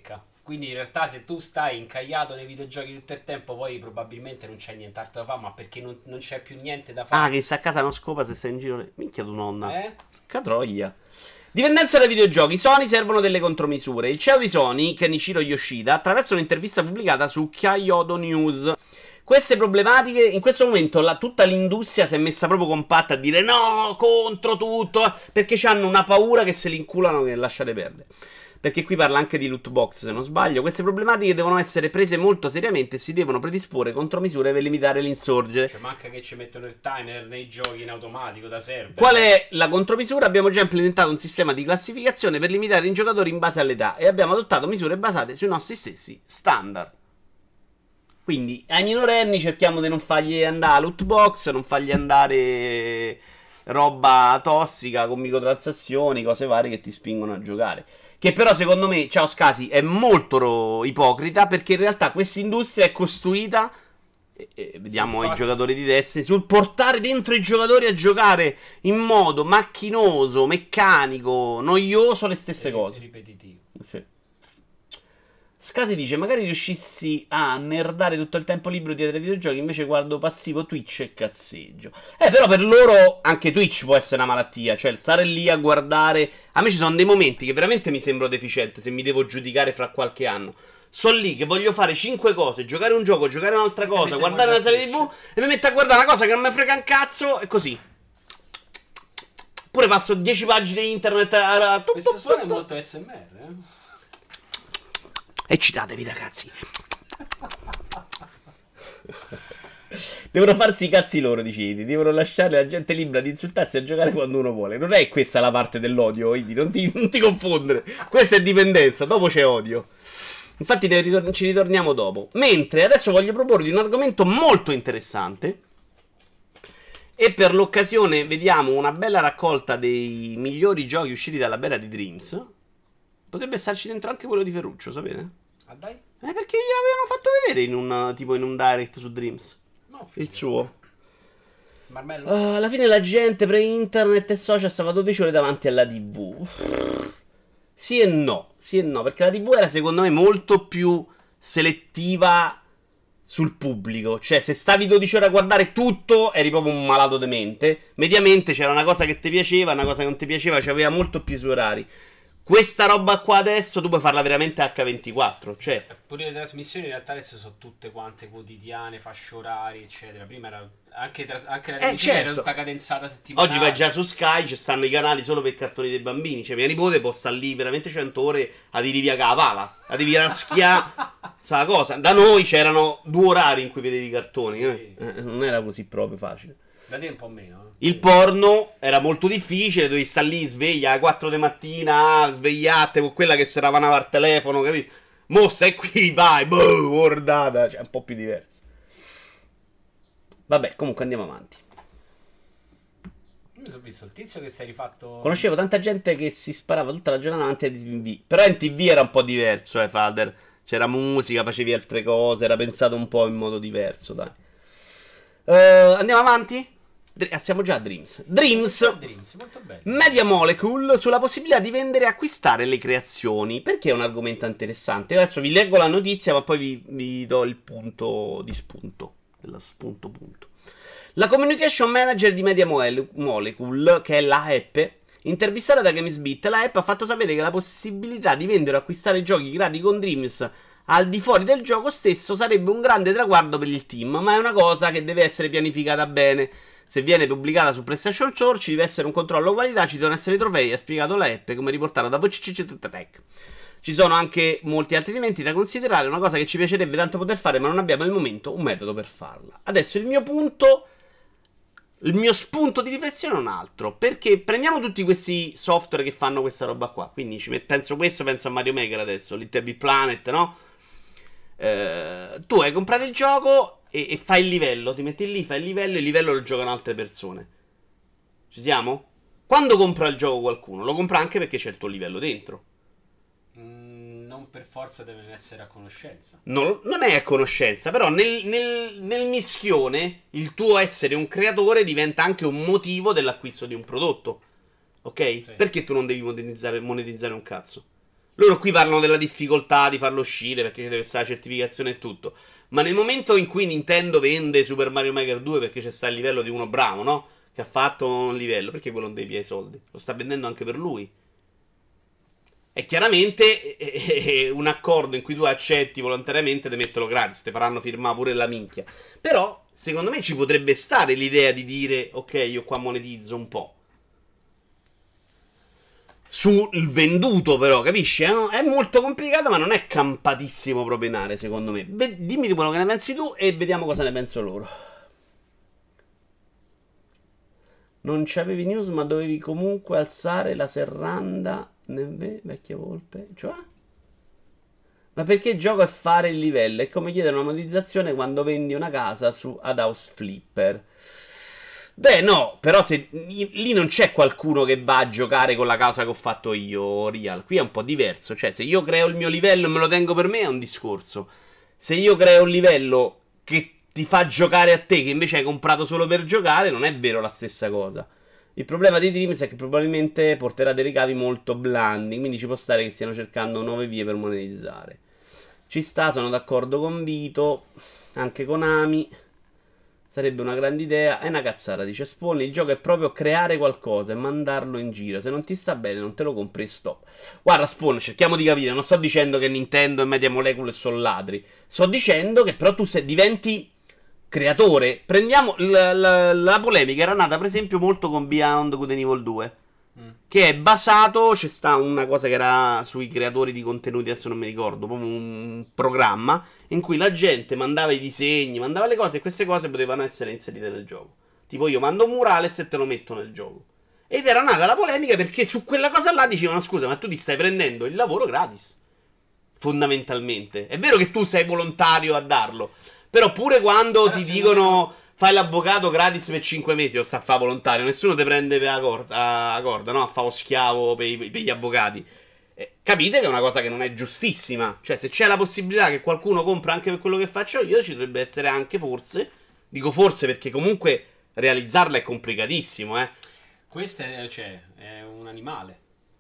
Quindi in realtà se tu stai incagliato nei videogiochi tutto il tempo, poi probabilmente non c'è nient'altro da fare, ma perché non, non c'è più niente da fare. Ah, che sta a casa non scopa se stai in giro. Minchia tu nonna. Eh? Catroia. Dipendenza dai videogiochi. Sony servono delle contromisure. Il C E O di Sony, Kenichiro Yoshida, attraverso un'intervista pubblicata su Kyodo News. Queste problematiche, in questo momento la, tutta l'industria si è messa proprio compatta a dire no, contro tutto, perché hanno una paura che se li inculano che lasciate perdere. Perché qui parla anche di loot box, se non sbaglio. Queste problematiche devono essere prese molto seriamente e si devono predisporre contromisure per limitare l'insorgere. Cioè manca che ci mettono il timer nei giochi in automatico da server. Qual è la contromisura? Abbiamo già implementato un sistema di classificazione per limitare i giocatori in base all'età e abbiamo adottato misure basate sui nostri stessi standard. Quindi ai minorenni cerchiamo di non fargli andare loot box, non fargli andare roba tossica con microtransazioni, cose varie che ti spingono a giocare. Che però secondo me, ciao Scasi, è molto ro- ipocrita, perché in realtà questa industria è costruita, e, e vediamo Sul i fatto- giocatori di Destiny, sul portare dentro i giocatori a giocare in modo macchinoso, meccanico, noioso le stesse Ri- cose. Ripetitivo. Sì. Scasi dice, magari riuscissi a nerdare tutto il tempo libero dietro ai videogiochi, invece guardo passivo Twitch e cazzeggio. Eh, però per loro anche Twitch può essere una malattia, cioè stare lì a guardare. A me ci sono dei momenti che veramente mi sembro deficiente se mi devo giudicare fra qualche anno. Sono lì che voglio fare cinque cose, giocare un gioco, giocare un'altra cosa, metti a guardare una guardare serie tivù e mi metto a guardare una cosa che non mi frega un cazzo e così. Pure passo dieci pagine di internet a... Questo suono è molto S M R, eh? Eccitatevi ragazzi. Devono farsi i cazzi loro, dicevi. Devono lasciare la gente libera di insultarsi e a giocare quando uno vuole. Non è questa la parte dell'odio, Idi. Non ti, non ti confondere. Questa è dipendenza, dopo c'è odio. Infatti ne ritor- ci ritorniamo dopo. Mentre adesso voglio proporvi un argomento molto interessante. E per l'occasione vediamo una bella raccolta dei migliori giochi usciti dalla beta di Dreams. Potrebbe starci dentro anche quello di Ferruccio, sapete? Ah dai? Eh, perché gliel'avevano fatto vedere in un tipo in un direct su Dreams. No, Il suo. Smarmello? Uh, alla fine la gente pre-internet e social stava dodici ore davanti alla tivù. Sì e no, sì e no, perché la tivù era secondo me molto più selettiva sul pubblico. Cioè, se stavi dodici ore a guardare tutto, eri proprio un malato demente. Mediamente c'era una cosa che ti piaceva, una cosa che non ti piaceva, c'aveva molto più sui orari. Questa roba qua adesso tu puoi farla veramente acca ventiquattro, cioè... Pure le trasmissioni in realtà adesso sono tutte quante quotidiane, fasce orari, eccetera. Prima era anche, tras- anche la Eh, televisione certo. era tutta cadenzata settimanale. Oggi vai già su Sky, ci stanno i canali solo per cartoni dei bambini. Cioè, mia nipote può stare lì veramente cento ore a dirivia la pala, a devi raschiare. Sa cosa? Da noi c'erano due orari in cui vedevi i cartoni. Sì. Eh? Eh, non era così proprio facile. Da te un po' meno. eh. Il porno era molto difficile, dovevi stare lì sveglia alle quattro di mattina, svegliate con quella che si ravanava al telefono, capito? Mo stai qui, vai, boh, guardata, cioè è un po' più diverso. Vabbè, comunque andiamo avanti. Io mi sono visto il tizio che si è rifatto... Conoscevo tanta gente che si sparava tutta la giornata davanti a T V, però in T V era un po' diverso, eh, Fader. C'era musica, facevi altre cose, era pensato un po' in modo diverso, dai. Uh, andiamo avanti? Dr- siamo già a Dreams. Dreams, Dreams, molto bello. Media Molecule sulla possibilità di vendere e acquistare le creazioni. Perché è un argomento interessante. Adesso vi leggo la notizia, ma poi vi, vi do il punto di spunto. Della spunto punto. La communication manager di Media Mole- Molecule, che è la Eppe, intervistata da GamesBeat, la Eppe ha fatto sapere che la possibilità di vendere o acquistare giochi creati con Dreams al di fuori del gioco stesso sarebbe un grande traguardo per il team, ma è una cosa che deve essere pianificata bene. Se viene pubblicata su PlayStation Store ci deve essere un controllo qualità, ci devono essere i trofei, ha spiegato la Eppe, come riportato da Voce C C Tech. Ci sono anche molti altri elementi da considerare, una cosa che ci piacerebbe tanto poter fare, ma non abbiamo al momento un metodo per farla. Adesso il mio punto, il mio spunto di riflessione è un altro, perché prendiamo tutti questi software che fanno questa roba qua, quindi ci met- penso questo, penso a Mario Maker adesso, Little Big Planet, no? Eh, tu hai comprato il gioco e, e fai il livello, ti metti lì, fai il livello e il livello lo giocano altre persone. Ci siamo? Quando compra il gioco qualcuno, lo compra anche perché c'è il tuo livello dentro. Mm, non per forza deve essere a conoscenza. Non, non è a conoscenza, però nel, nel, nel mischione il tuo essere un creatore diventa anche un motivo dell'acquisto di un prodotto. Ok? Sì. Perché tu non devi monetizzare, monetizzare un cazzo? Loro qui parlano della difficoltà di farlo uscire perché ci deve stare la certificazione e tutto. Ma nel momento in cui Nintendo vende Super Mario Maker due perché c'è sta il livello di uno bravo, no? Che ha fatto un livello, perché quello non devi pigliare i soldi? Lo sta vendendo anche per lui. E chiaramente è un accordo in cui tu accetti volontariamente di metterlo gratis, te faranno firmare pure la minchia. Però, secondo me ci potrebbe stare l'idea di dire, ok, io qua monetizzo un po'. Sul venduto però, capisci? Eh? È molto complicato ma non è campatissimo proprio in area, secondo me. Beh, dimmi quello che ne pensi tu e vediamo cosa ne penso loro. Non c'avevi news ma dovevi comunque alzare la serranda nel vecchia volpe. Cioè? Ma perché il gioco è fare il livello? È come chiedere una monetizzazione quando vendi una casa su Ad House Flipper. Beh, no, però se lì non c'è qualcuno che va a giocare con la casa che ho fatto io, Real. Qui è un po' diverso. Cioè, se io creo il mio livello e me lo tengo per me è un discorso. Se io creo un livello che ti fa giocare a te, che invece hai comprato solo per giocare, non è vero la stessa cosa. Il problema di Dreams è che probabilmente porterà dei ricavi molto blandi, quindi ci può stare che stiano cercando nuove vie per monetizzare. Ci sta, sono d'accordo con Vito, anche con Ami. Sarebbe una grande idea. È una cazzata, dice Spawn. Il gioco è proprio creare qualcosa e mandarlo in giro. Se non ti sta bene non te lo compri e stop. Guarda Spawn, cerchiamo di capire. Non sto dicendo che Nintendo e Media Molecule sono ladri. Sto dicendo che però tu se diventi creatore. Prendiamo la, la, la polemica era nata per esempio molto con Beyond Good and Evil due, mm. che è basato, c'è sta una cosa che era sui creatori di contenuti, adesso non mi ricordo, proprio un programma in cui la gente mandava i disegni, mandava le cose e queste cose potevano essere inserite nel gioco. Tipo io mando un murales e te lo metto nel gioco. Ed era nata la polemica perché su quella cosa là dicevano scusa ma tu ti stai prendendo il lavoro gratis. Fondamentalmente. È vero che tu sei volontario a darlo, però pure quando però ti dicono fai l'avvocato gratis per cinque mesi o sta a fare volontario, nessuno ti prende per la corda, a corda, no? A fare lo schiavo per, per gli avvocati. Eh, capite che è una cosa che non è giustissima. Cioè se c'è la possibilità che qualcuno compra anche per quello che faccio io, ci dovrebbe essere anche forse, dico forse perché comunque realizzarla è complicatissimo, eh. Questo è, cioè, è un animale.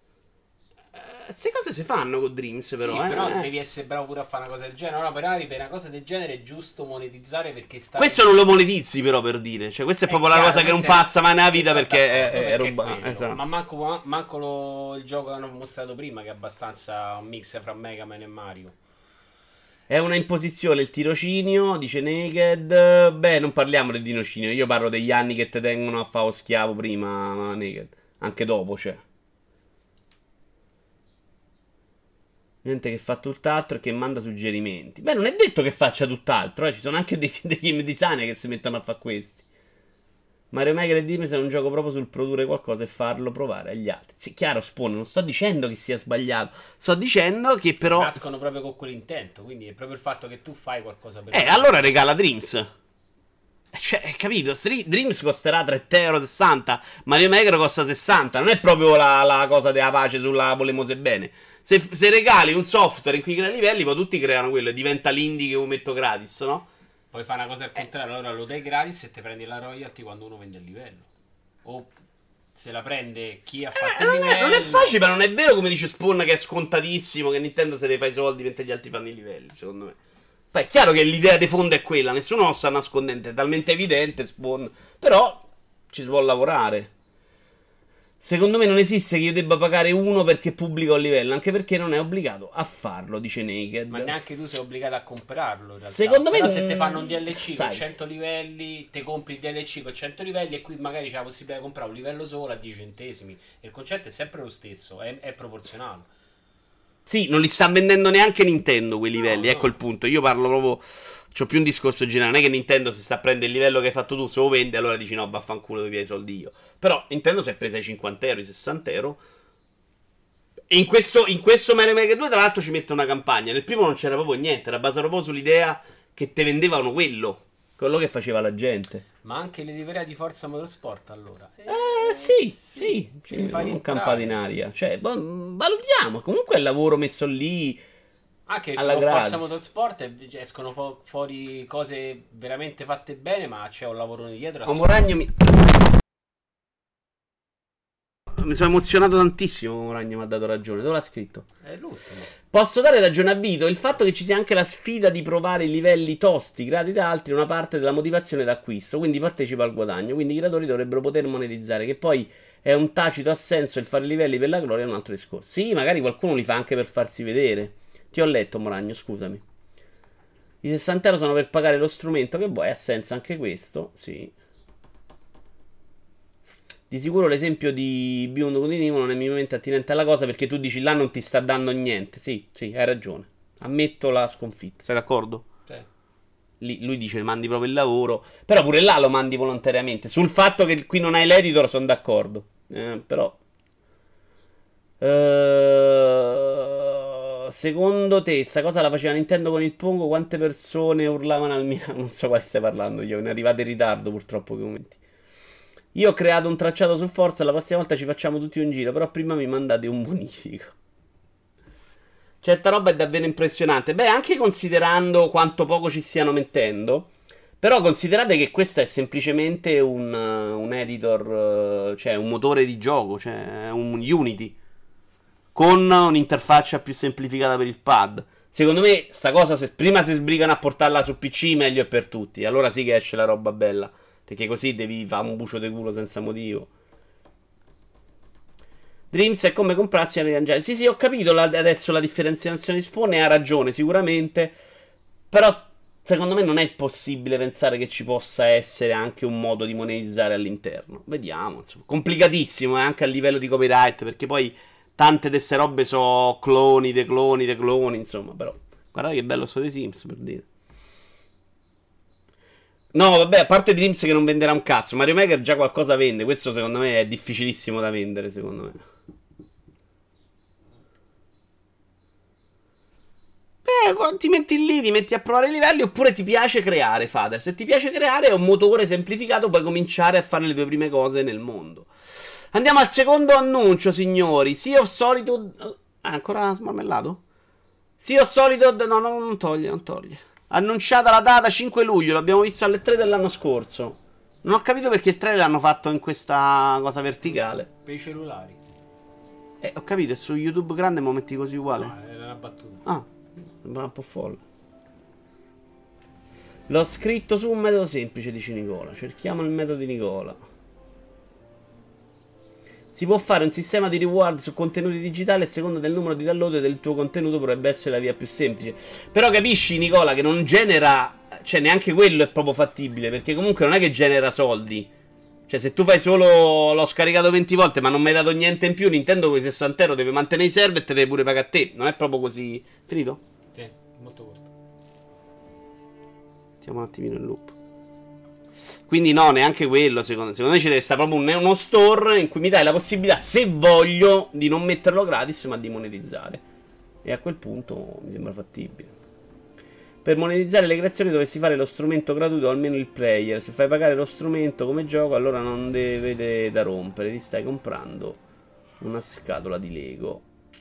Queste cose si fanno con Dreams però, sì, eh. però devi essere bravo pure a fare una cosa del genere. Ora per Ari, per una cosa del genere è giusto monetizzare perché sta... Questo non lo monetizzi però, per dire. Cioè questa è, è proprio chiaro, la cosa che non è... passa mai nella vita perché è, è, è roba, esatto. Ma manco, manco lo, il gioco che hanno mostrato prima che è abbastanza un mix fra Mega Man e Mario. È una imposizione il tirocinio, dice Naked. Beh, non parliamo del tirocinio, io parlo degli anni che te tengono a fare lo schiavo prima, Naked. Anche dopo, cioè. Niente che fa tutt'altro e che manda suggerimenti. Beh, non è detto che faccia tutt'altro, eh. Ci sono anche dei, dei game designer che si mettono a fare questi. Mario Maker e Dreams è un gioco proprio sul produrre qualcosa e farlo provare agli altri. Sì, chiaro, Spawn, non sto dicendo che sia sbagliato. Sto dicendo che però... nascono proprio con quell'intento, quindi è proprio il fatto che tu fai qualcosa per... Eh, allora regala Dreams. Cioè, capito? Dreams costerà tre euro e sessanta, Mario Maker costa sessanta. Non è proprio la, la cosa della pace sulla volemose bene. Se, se regali un software in cui crea livelli, poi tutti creano quello e diventa l'indie che lo metto gratis, no? Poi fa una cosa al contrario, allora lo dai gratis e ti prendi la royalty quando uno vende il livello. O se la prende chi ha fatto eh, il non livello. È, non è facile, ma non è vero come dice Spawn che è scontatissimo, che Nintendo se ne fa i soldi mentre gli altri fanno i livelli, secondo me. Poi è chiaro che l'idea di fondo è quella, nessuno lo sta nascondendo, è talmente evidente Spawn, però ci si può lavorare. Secondo me non esiste che io debba pagare uno perché pubblico il livello, anche perché non è obbligato a farlo, dice Naked. Ma neanche tu sei obbligato a comprarlo, in realtà. Secondo me però non... se te fanno un D L C sai. con cento livelli, te compri il D L C con cento livelli e qui magari c'è la possibilità di comprare un livello solo a dieci centesimi. E il concetto è sempre lo stesso, è, è proporzionale. Sì, non li sta vendendo neanche Nintendo quei livelli, no, ecco no. Il punto. Io parlo proprio... c'ho più un discorso generale. Non è che Nintendo si sta a prendere il livello che hai fatto tu, se lo vende, allora dici no, vaffanculo, devi i soldi io. Però Nintendo si è presa i cinquanta euro, i sessanta euro. E in questo, in questo Mario Maker due, tra l'altro, ci mette una campagna. Nel primo non c'era proprio niente, era basato proprio sull'idea che te vendevano quello. Quello che faceva la gente. Ma anche le livrea di Forza Motorsport, allora? Eh, eh sì, sì, sì, sì non campate in aria. Cioè, valutiamo. Comunque è il lavoro messo lì. Anche con Forza Motorsport escono fu fuori cose veramente fatte bene, ma c'è un lavoro dietro. Uomo Ragno mi... mi sono emozionato tantissimo con Ragno, mi ha dato ragione. Dove l'ha scritto? È l'ultimo. Posso dare ragione a Vito. Il fatto che ci sia anche la sfida di provare i livelli tosti creati da altri è una parte della motivazione d'acquisto, quindi partecipa al guadagno. Quindi i creatori dovrebbero poter monetizzare, che poi è un tacito assenso il fare livelli per la gloria è un altro discorso. Sì, magari qualcuno li fa anche per farsi vedere. Ti ho letto, Moragno, scusami. I sessanta euro sono per pagare lo strumento che vuoi, ha senso anche questo, sì. Di sicuro l'esempio di Biondo Continuo non è minimamente attinente alla cosa, perché tu dici là non ti sta dando niente. Sì, sì, hai ragione. Ammetto la sconfitta. Sei d'accordo? Sì. Lì, lui dice mandi proprio il lavoro. Però pure là lo mandi volontariamente. Sul fatto che qui non hai l'editor sono d'accordo. Eh, però... Uh, secondo te, sta cosa la faceva Nintendo con il Pongo? Quante persone urlavano al Milano? Non so quale stai parlando io. Ne è arrivato in ritardo purtroppo quei momenti. Io ho creato un tracciato su Forza, la prossima volta ci facciamo tutti un giro, però prima mi mandate un bonifico. Certa roba è davvero impressionante. Beh, anche considerando quanto poco ci stiano mettendo, però considerate che questo è semplicemente un, uh, un editor, uh, cioè un motore di gioco, cioè un Unity, con un'interfaccia più semplificata per il pad. Secondo me, sta cosa, se prima si sbrigano a portarla su P C, meglio è per tutti. Allora sì che esce la roba bella. Perché così devi fare un bucio di culo senza motivo. Dreams è come comprarsi una Angel. Sì, sì, ho capito la, adesso la differenziazione di spawn e ha ragione, sicuramente. Però, secondo me, non è possibile pensare che ci possa essere anche un modo di monetizzare all'interno. Vediamo, insomma. Complicatissimo, eh, anche a livello di copyright, perché poi tante di queste robe sono cloni, de cloni, de cloni, insomma, però. Guardate che bello sto dei Sims, per dire. No, vabbè, a parte Dreams che non venderà un cazzo, Mario Maker già qualcosa vende. Questo secondo me è difficilissimo da vendere, secondo me. Beh, ti metti lì, ti metti a provare i livelli, oppure ti piace creare, Father. Se ti piace creare è un motore semplificato, puoi cominciare a fare le tue prime cose nel mondo. Andiamo al secondo annuncio, signori. Sea of Solitude... Ah, ancora smarmellato? Sea of Solitude... No, no, non toglie, non toglie. Annunciata la data cinque luglio, l'abbiamo visto alle tre dell'anno scorso. Non ho capito perché il trailer l'hanno fatto in questa cosa verticale. Per i cellulari. Eh, ho capito, è su YouTube grande momenti così uguali. No, era una battuta. Ah, sembra un po' folle. L'ho scritto su un metodo semplice, dice Nicola. Cerchiamo il metodo di Nicola. Si può fare un sistema di reward su contenuti digitali a seconda del numero di download del tuo contenuto, potrebbe essere la via più semplice. Però capisci, Nicola, che non genera... Cioè, neanche quello è proprio fattibile, perché comunque non è che genera soldi. Cioè, se tu fai solo... L'ho scaricato venti volte, ma non mi hai dato niente in più, Nintendo con i sessanta euro deve mantenere i server e te deve pure pagare a te. Non è proprio così... Finito? Sì, molto corto. Mettiamo un attimino in loop. Quindi no, neanche quello, secondo, secondo me ci deve stare proprio un, uno store in cui mi dai la possibilità, se voglio, di non metterlo gratis, ma di monetizzare. E a quel punto mi sembra fattibile. Per monetizzare le creazioni dovresti fare lo strumento gratuito, o almeno il player. Se fai pagare lo strumento come gioco, allora non deve da rompere. Ti stai comprando una scatola di Lego.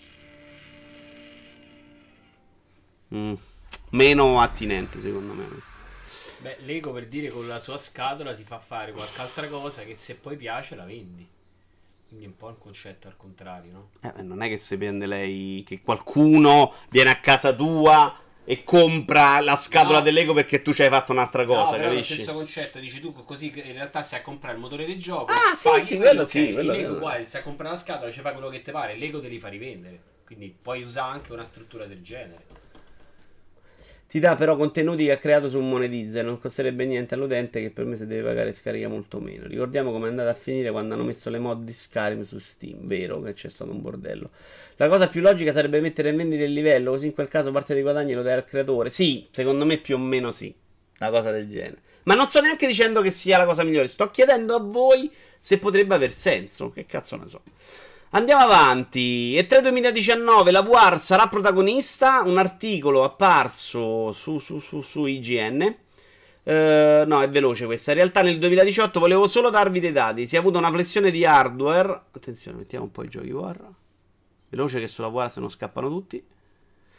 Mm. Meno attinente, secondo me. Beh, Lego, per dire, con la sua scatola ti fa fare qualche altra cosa che se poi piace la vendi. Quindi è un po' un concetto al contrario, no? Eh, non è che se prende lei, che qualcuno viene a casa tua e compra la scatola no. dell'Lego perché tu ci hai fatto un'altra cosa, no, capisci? È lo stesso concetto, dici tu, così in realtà stai a comprare il motore del gioco. Ah, sì, sì, quello sì, okay. quello Lego quello. uguale, stai a comprare la scatola, ci fai quello che ti pare, Lego te li fa rivendere. Quindi puoi usare anche una struttura del genere. Ti dà però contenuti che ha creato su Monetizer, non costerebbe niente all'utente, che per me se deve pagare scarica molto meno. Ricordiamo come è andata a finire quando hanno messo le mod di Skyrim su Steam, vero che c'è stato un bordello. La cosa più logica sarebbe mettere in vendita il livello, così in quel caso parte dei guadagni lo dai al creatore. Sì, secondo me più o meno sì, una cosa del genere. Ma non sto neanche dicendo che sia la cosa migliore, sto chiedendo a voi se potrebbe aver senso, che cazzo ne so. Andiamo avanti. E tre duemiladiciannove, la V R sarà protagonista. Un articolo apparso su, su, su, su I G N. Uh, no, è veloce questa. In realtà nel duemiladiciotto volevo solo darvi dei dati. Si è avuta una flessione di hardware. Attenzione, mettiamo un po' i giochi V R. Veloce che sulla V R se non scappano tutti.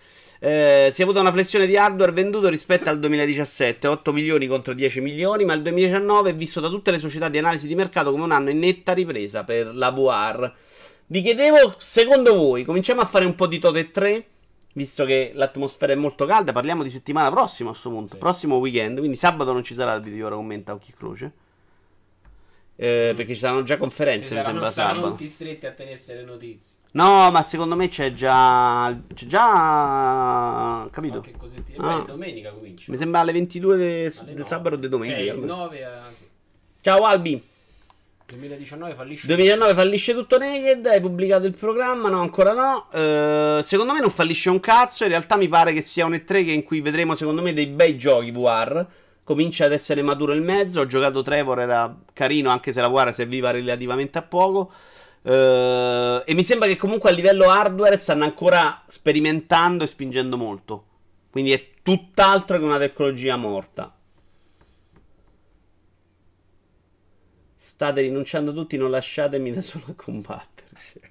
Eh, si è avuta una flessione di hardware venduto rispetto al duemiladiciassette, otto milioni contro dieci milioni, ma il duemiladiciannove è visto da tutte le società di analisi di mercato come un anno in netta ripresa per la V R. Vi chiedevo, secondo voi, cominciamo a fare un po' di Tote tre, visto che l'atmosfera è molto calda, parliamo di settimana prossima a questo punto, sì. Prossimo weekend, quindi sabato non ci sarà il video, ora commenta Occhi Croce. Eh, mm. Perché ci saranno già conferenze, sì, mi saranno, sembra sabato. Saranno tutti stretti a tenersi le notizie. No, ma secondo me c'è già. C'è già. Capito? Qualche cosettina. Ah. Beh, domenica comincia. Mi sembra alle ventidue del sabato o di domenica. Okay, il nove a... sì. Ciao Albi. duemiladiciannove fallisce. duemiladiciannove fallisce tutto Naked. Hai pubblicato il programma? No, ancora no. Uh, secondo me non fallisce un cazzo. In realtà mi pare che sia un E tre che in cui vedremo, secondo me, dei bei giochi V R. Comincia ad essere maturo il mezzo. Ho giocato Trevor, era carino, anche se la V R serviva relativamente a poco. Uh, e mi sembra che comunque a livello hardware stanno ancora sperimentando e spingendo molto. Quindi è tutt'altro che una tecnologia morta. State rinunciando tutti, non lasciatemi da solo a combattere.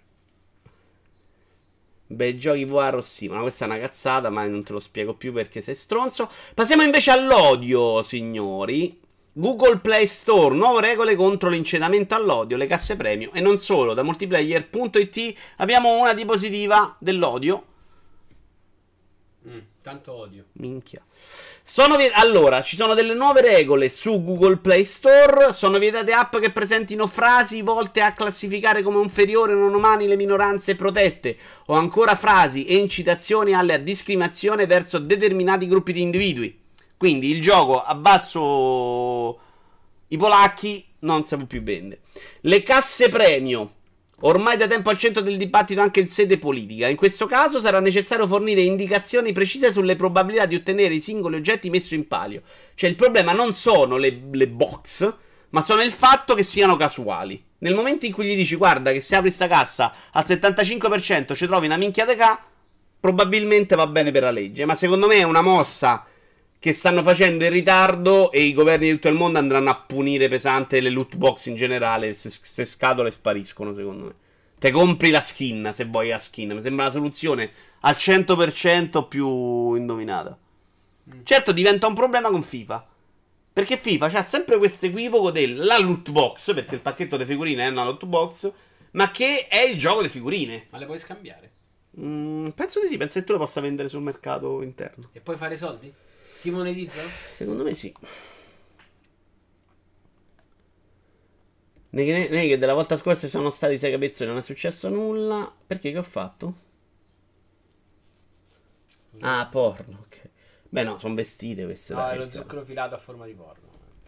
Beh, giochi V R sì, ma questa è una cazzata, ma non te lo spiego più perché sei stronzo. Passiamo invece all'odio, signori. Google Play Store, nuove regole contro l'incitamento all'odio, le casse premio e non solo. Da multiplayer punto it abbiamo una diapositiva dell'odio. Mm, tanto odio. Minchia. Sono viet- allora, ci sono delle nuove regole su Google Play Store. Sono vietate app che presentino frasi volte a classificare come inferiori o non umani le minoranze protette, o ancora frasi e incitazioni alla discriminazione verso determinati gruppi di individui. Quindi il gioco a basso i polacchi non si può più vendere. Le casse premio, ormai da tempo al centro del dibattito anche in sede politica. In questo caso sarà necessario fornire indicazioni precise sulle probabilità di ottenere i singoli oggetti messi in palio. Cioè il problema non sono le, le box, ma sono il fatto che siano casuali. Nel momento in cui gli dici guarda che se apri sta cassa al settantacinque per cento ci trovi una minchia di K, probabilmente va bene per la legge. Ma secondo me è una mossa che stanno facendo in ritardo e i governi di tutto il mondo andranno a punire pesante le loot box in generale. Queste scatole spariscono, secondo me. Te compri la skin, se vuoi la skin. Mi sembra una soluzione al cento per cento più indovinata. Mm. Certo, diventa un problema con FIFA. Perché FIFA c'ha sempre questo equivoco della loot box, perché il pacchetto di figurine è una loot box, ma che è il gioco di figurine. Ma le puoi scambiare? Mm, penso di sì, penso che tu le possa vendere sul mercato interno. E puoi fare soldi? Ti monetizzano? Secondo me sì. Che della volta scorsa ci sono stati sei capezzoli, non è successo nulla. Perché che ho fatto? Ah, porno, ok. Beh no, sono vestite queste. No, dai, è lo zucchero filato a forma di porno.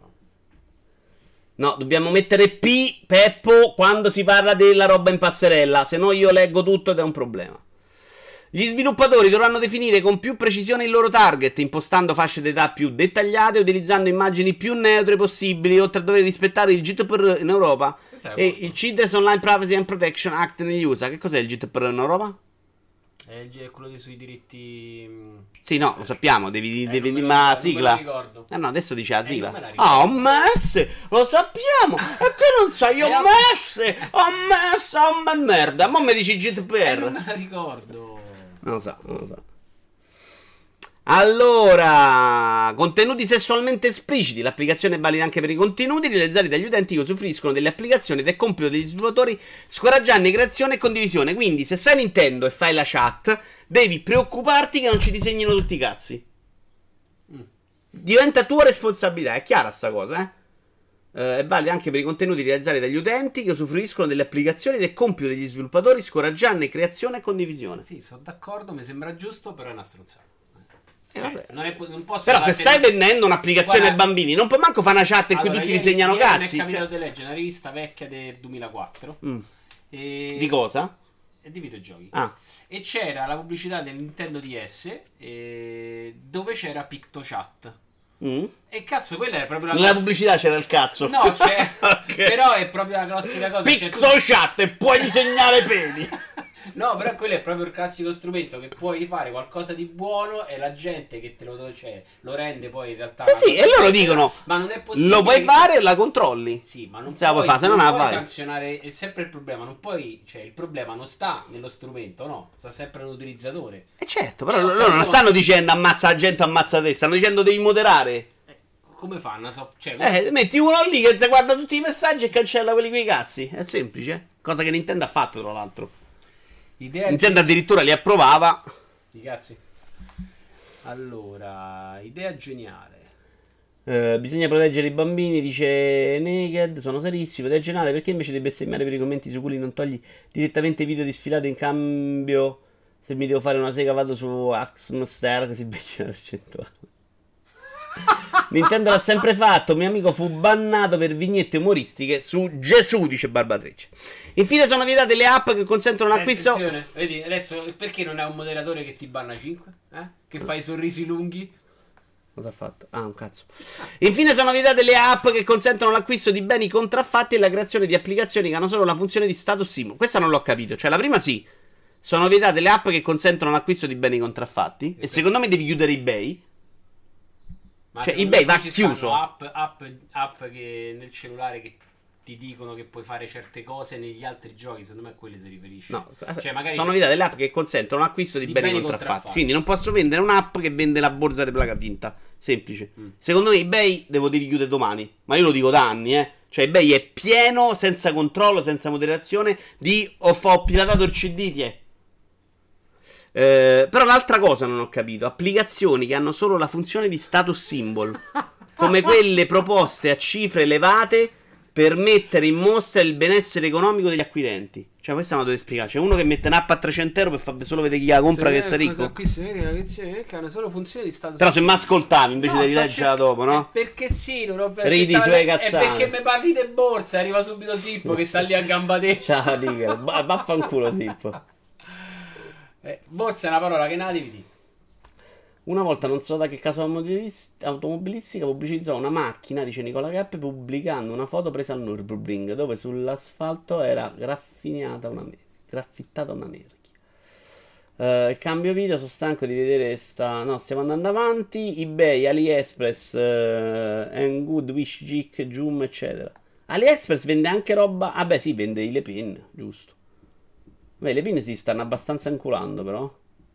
No, dobbiamo mettere P, Peppo, quando si parla della roba in pazzerella. Se no io leggo tutto ed è un problema. Gli sviluppatori dovranno definire con più precisione il loro target, impostando fasce d'età più dettagliate e utilizzando immagini più neutre possibili, oltre a dover rispettare il G D P R in Europa e il Children's Online Privacy and Protection Act negli U S A. Che cos'è il G D P R in Europa? È quello dei sui diritti... Sì, no, lo sappiamo, devi, eh, devi dire la sigla. Eh no, adesso dice la sigla. Eh, ah, ho messo, lo sappiamo. E che non sai, ho messo, ho messo, ho merda. Ma mi dici G D P R? Eh, non me la ricordo. Non lo so, non lo so. Allora, contenuti sessualmente espliciti. L'applicazione è valida anche per i contenuti realizzati dagli utenti che usufruiscono delle applicazioni ed è compito degli sviluppatori scoraggiarne creazione e condivisione. Quindi, se sei Nintendo e fai la chat, devi preoccuparti che non ci disegnino tutti i cazzi. Mm. Diventa tua responsabilità, è chiara sta cosa, eh? Uh, è valida anche per i contenuti realizzati dagli utenti che usufruiscono delle applicazioni ed è compito degli sviluppatori scoraggiarne creazione e condivisione. Sì, sono d'accordo, mi sembra giusto, però è una stronzata. Eh, cioè, non è, non posso però se stai una... vendendo un'applicazione Guarda... ai bambini, non puoi manco fare una chat in allora, cui tutti ieri, disegnano ieri cazzi. Mi è capitato di leggere una rivista vecchia del duemilaquattro. Mm. E... Di cosa? E di videogiochi. Ah. E c'era la pubblicità del Nintendo D S e... dove c'era PictoChat. Mm. E cazzo, quella è proprio la nella pubblicità c'era il cazzo. No, c'è. Okay. Però è proprio la classica cosa. PictoChat, cioè, tu... e puoi disegnare peli. No, però quello è proprio il classico strumento che puoi fare qualcosa di buono e la gente che te lo, cioè, lo rende poi in realtà. Sì, sì, e loro dicono: ma non è possibile. Lo puoi che... fare e la controlli. Sì, ma non se puoi, la puoi fare, se non, non la puoi fai. sanzionare. È sempre il problema. Non puoi, cioè, il problema non sta nello strumento, no? Sta sempre nell'utilizzatore. E certo, però Eh, loro capito, non stanno dicendo ammazza la gente, ammazza te. Stanno dicendo devi moderare. Eh, come fanno? So, cioè, Eh, metti uno lì che si guarda tutti i messaggi e cancella quelli quei cazzi. È semplice. Cosa che Nintendo ha fatto, tra l'altro. idea Nintendo gen- addirittura li approvava. Di cazzi. Allora, idea geniale. Eh, bisogna proteggere i bambini, dice Naked. Sono serissimo. Idea geniale, perché invece di bestemmiare per i commenti su cui non togli direttamente video di sfilate in cambio? Se mi devo fare una sega vado su Axmstar così becchi una percentuale. Nintendo l'ha sempre fatto. Mio amico fu bannato per vignette umoristiche su Gesù, dice Barbatrice. Infine sono vietate le app che consentono l'acquisto. Attenzione, vedi, adesso perché non è un moderatore che ti banna cinque? Eh? Che fa i sorrisi lunghi? Cosa ha fatto? Ah, un cazzo. Infine sono vietate le app che consentono l'acquisto di beni contraffatti e la creazione di applicazioni che hanno solo la funzione di status symbol. Questa non l'ho capito. Cioè, la prima sì. Sono vietate le app che consentono l'acquisto di beni contraffatti. E secondo me devi chiudere eBay. Ma Cioè, secondo eBay me va ci chiuso. stanno App, app, app che nel cellulare che ti dicono che puoi fare certe cose negli altri giochi. Secondo me a quelle si riferisce. No, cioè, magari sono vietate le app che consentono l'acquisto di, di beni, beni contraffatti. contraffatti. Quindi non posso vendere un'app che vende la borsa di placa finta. Semplice. Mm. Secondo me eBay devo dire chiudere domani. Ma io lo dico da anni, eh. Cioè eBay è pieno, senza controllo, senza moderazione, di ho, ho piratato il C D, ti è. Eh, però l'altra cosa non ho capito. Applicazioni che hanno solo la funzione di status symbol, come quelle proposte a cifre elevate per mettere in mostra il benessere economico degli acquirenti. Cioè questa me la dovete spiegare. C'è uno che mette un'app a trecento euro per far solo vedere chi la compra che sta ricco. Qui si vede che hanno solo funzione di status. Però se mi ascoltavi invece No, di sto rileggerla cer- dopo, no? È perché sì, non ho perché Ridi stava- sulle è cazzate. perché mi parli di borsa, arriva subito Sippo che sta lì a gamba te. Ciao Nigel, Va- vaffanculo Sippo. Eh, borsa è una parola che nati di. Una volta non so da che caso automobilis- automobilistica pubblicizzò una macchina, dice Nicola Cappe, pubblicando una foto presa al Nürburgring dove sull'asfalto era graffinata una mer- graffittata una merchia. Eh, il cambio video, sono stanco di vedere sta... No, stiamo andando avanti. eBay, AliExpress, eh, and Good, Wish, Geek, Joom, eccetera. AliExpress vende anche roba... Ah beh sì, vende le penne, giusto. Beh, le penne si stanno abbastanza inculando però.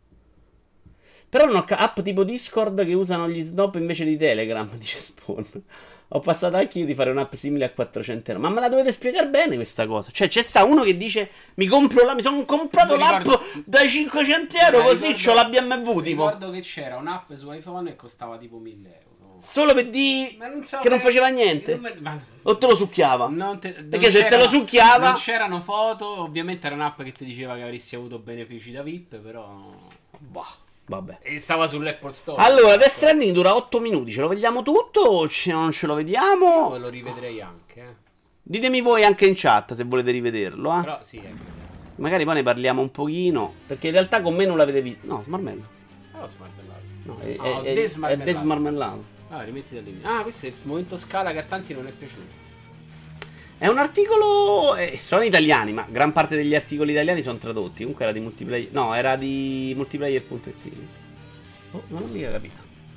Però non ho ca- app tipo Discord che usano gli snob invece di Telegram, dice Spawn. Ho passato anche io di fare un'app simile a quattrocento euro. Ma me la dovete spiegare bene questa cosa. Cioè, c'è sta uno che dice: Mi compro la. Mi sono comprato Mi l'app ricordo- dai cinquecento euro. Ma Così ricordo- c'ho la B M W. Tipo. Ricordo che c'era un'app su iPhone e costava tipo mille euro. Solo per dire Ma non so che non per- faceva niente. non me- ma- O te lo succhiava. non te- Perché non se te c'erano- lo succhiava. non c'erano foto, ovviamente era un'app che ti diceva che avresti avuto benefici da V I P, però Boh, vabbè. e stava sull'Apple Store. Allora, Death Stranding dura otto minuti. Ce lo vediamo tutto o ce- non ce lo vediamo? Io lo rivedrei anche, eh. Ditemi voi anche in chat se volete rivederlo. Eh? Però sì, ecco. Magari poi ne parliamo un pochino. Perché in realtà con me non l'avete visto. No, smarmello. Oh, smarmellato. No, è, Ah, è, è, desmarmellato. è desmarmellato. Ah, rimetti da lì. Ah, questo è il momento scala che a tanti non è piaciuto. È un articolo. Eh, sono italiani, ma gran parte degli articoli italiani sono tradotti. Comunque era di multiplayer. No, era di multiplayer punto it. Oh, non ho mica capito.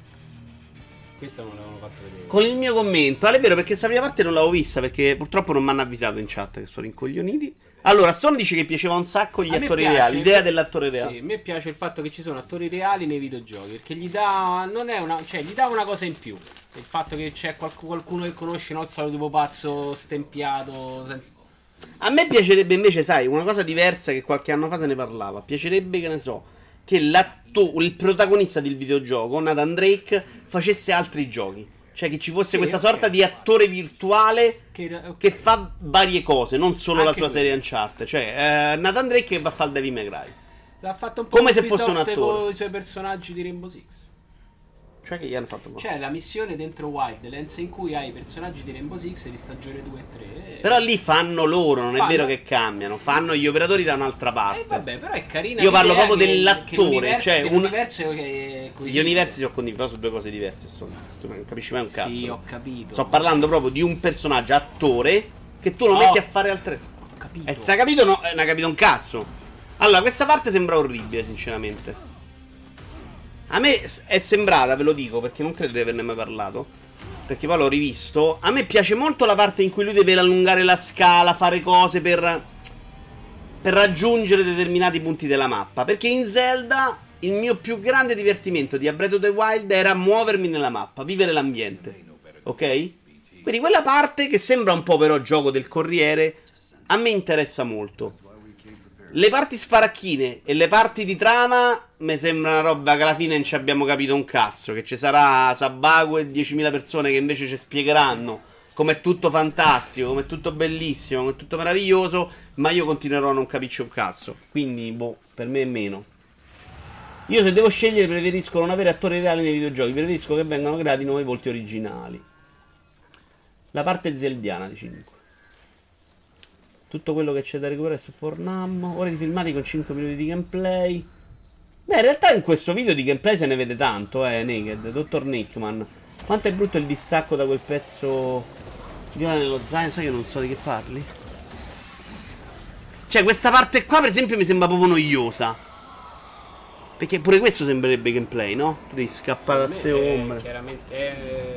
Questo non l'avevano fatto vedere. Con il mio commento. Ah, è vero, perché questa prima parte non l'avevo vista. Perché purtroppo non mi hanno avvisato in chat che sono rincoglioniti. Allora, Stone dice che piaceva un sacco gli A me attori piace, reali. L'idea dell'attore reale. Sì, a me piace il fatto che ci sono attori reali nei videogiochi. Perché gli dà. Non è una. Cioè, gli dà una cosa in più. Il fatto che c'è qualc- qualcuno che conosci, non il solito pazzo stempiato. Senza... A me piacerebbe invece, sai, una cosa diversa che qualche anno fa se ne parlava. Piacerebbe, che ne so, che l'atto- il protagonista del videogioco, Nathan Drake, facesse altri giochi. Cioè che ci fosse Sì, questa ok. sorta di attore virtuale Che, ok. che fa varie cose, non solo la Anche sua quello. serie Uncharted. Cioè, eh, Nathan Drake che va a fare il Devil May Cry. L'ha fatto un po' Come se Ubisoft fosse un attore. con i suoi personaggi di Rainbow Six. Cioè che gli hanno fatto C'è la missione dentro Wildlands in cui hai i personaggi di Rainbow Six di stagione due e tre. Però lì fanno loro, non è Fanno. vero che cambiano. Fanno gli operatori da un'altra parte. Eh vabbè, però è carina. Io parlo l'idea proprio che- dell'attore, che l'universo- cioè che un- l'universo che Gli coesiste. universi sono condivisi, però su due cose diverse sono. Tu non capisci mai un cazzo. Sì, ho capito. Sto parlando proprio di un personaggio attore che tu lo Oh. metti a fare altre. Ho capito. E se ha capito, no, eh, non ha capito un cazzo. Allora, questa parte sembra orribile, sinceramente. A me è sembrata, ve lo dico, perché non credo di averne mai parlato, perché poi l'ho rivisto. A me piace molto la parte in cui lui deve allungare la scala, fare cose per per raggiungere determinati punti della mappa. Perché in Zelda il mio più grande divertimento di A Breath of the Wild era muovermi nella mappa, vivere l'ambiente. Ok? Quindi quella parte che sembra un po' però gioco del corriere a me interessa molto. Le parti sparacchine e le parti di trama mi sembra una roba che alla fine non ci abbiamo capito un cazzo. Che ci sarà Sabaku e diecimila persone che invece ci spiegheranno com'è tutto fantastico, com'è tutto bellissimo, com'è tutto meraviglioso, ma io continuerò a non capirci un cazzo. Quindi, boh, per me è meno. Io se devo scegliere preferisco non avere attori reali nei videogiochi, preferisco che vengano creati nuovi volti originali. La parte zeldiana di cinque. Tutto quello che c'è da recuperare su Pornham. Ore di filmati con cinque minuti di gameplay. Beh, in realtà in questo video di gameplay se ne vede tanto, eh, Naked, dottor Nickman. Quanto è brutto il distacco da quel pezzo viola nello zaino, sai che non so di che parli? Cioè, questa parte qua, per esempio, mi sembra proprio noiosa. Perché pure questo sembrerebbe gameplay, no? Tu devi scappare da ste ombre. Chiaramente è...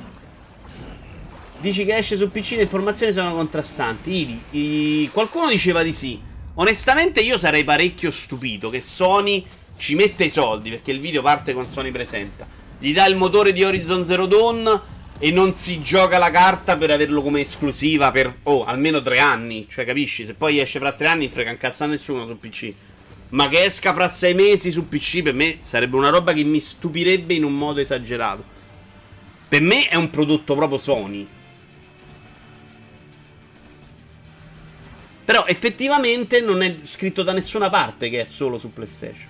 Dici che esce su P C, le informazioni sono contrastanti. Idi, i... qualcuno diceva di sì. Onestamente io sarei parecchio stupito che Sony ci mette i soldi, perché il video parte con Sony presenta, gli dà il motore di Horizon Zero Dawn e non si gioca la carta per averlo come esclusiva per, oh, almeno tre anni. Cioè, capisci? Se poi esce fra tre anni non frega un cazzo a nessuno su P C. Ma che esca fra sei mesi su P C per me sarebbe una roba che mi stupirebbe in un modo esagerato. Per me è un prodotto proprio Sony. Però effettivamente non è scritto da nessuna parte che è solo su PlayStation.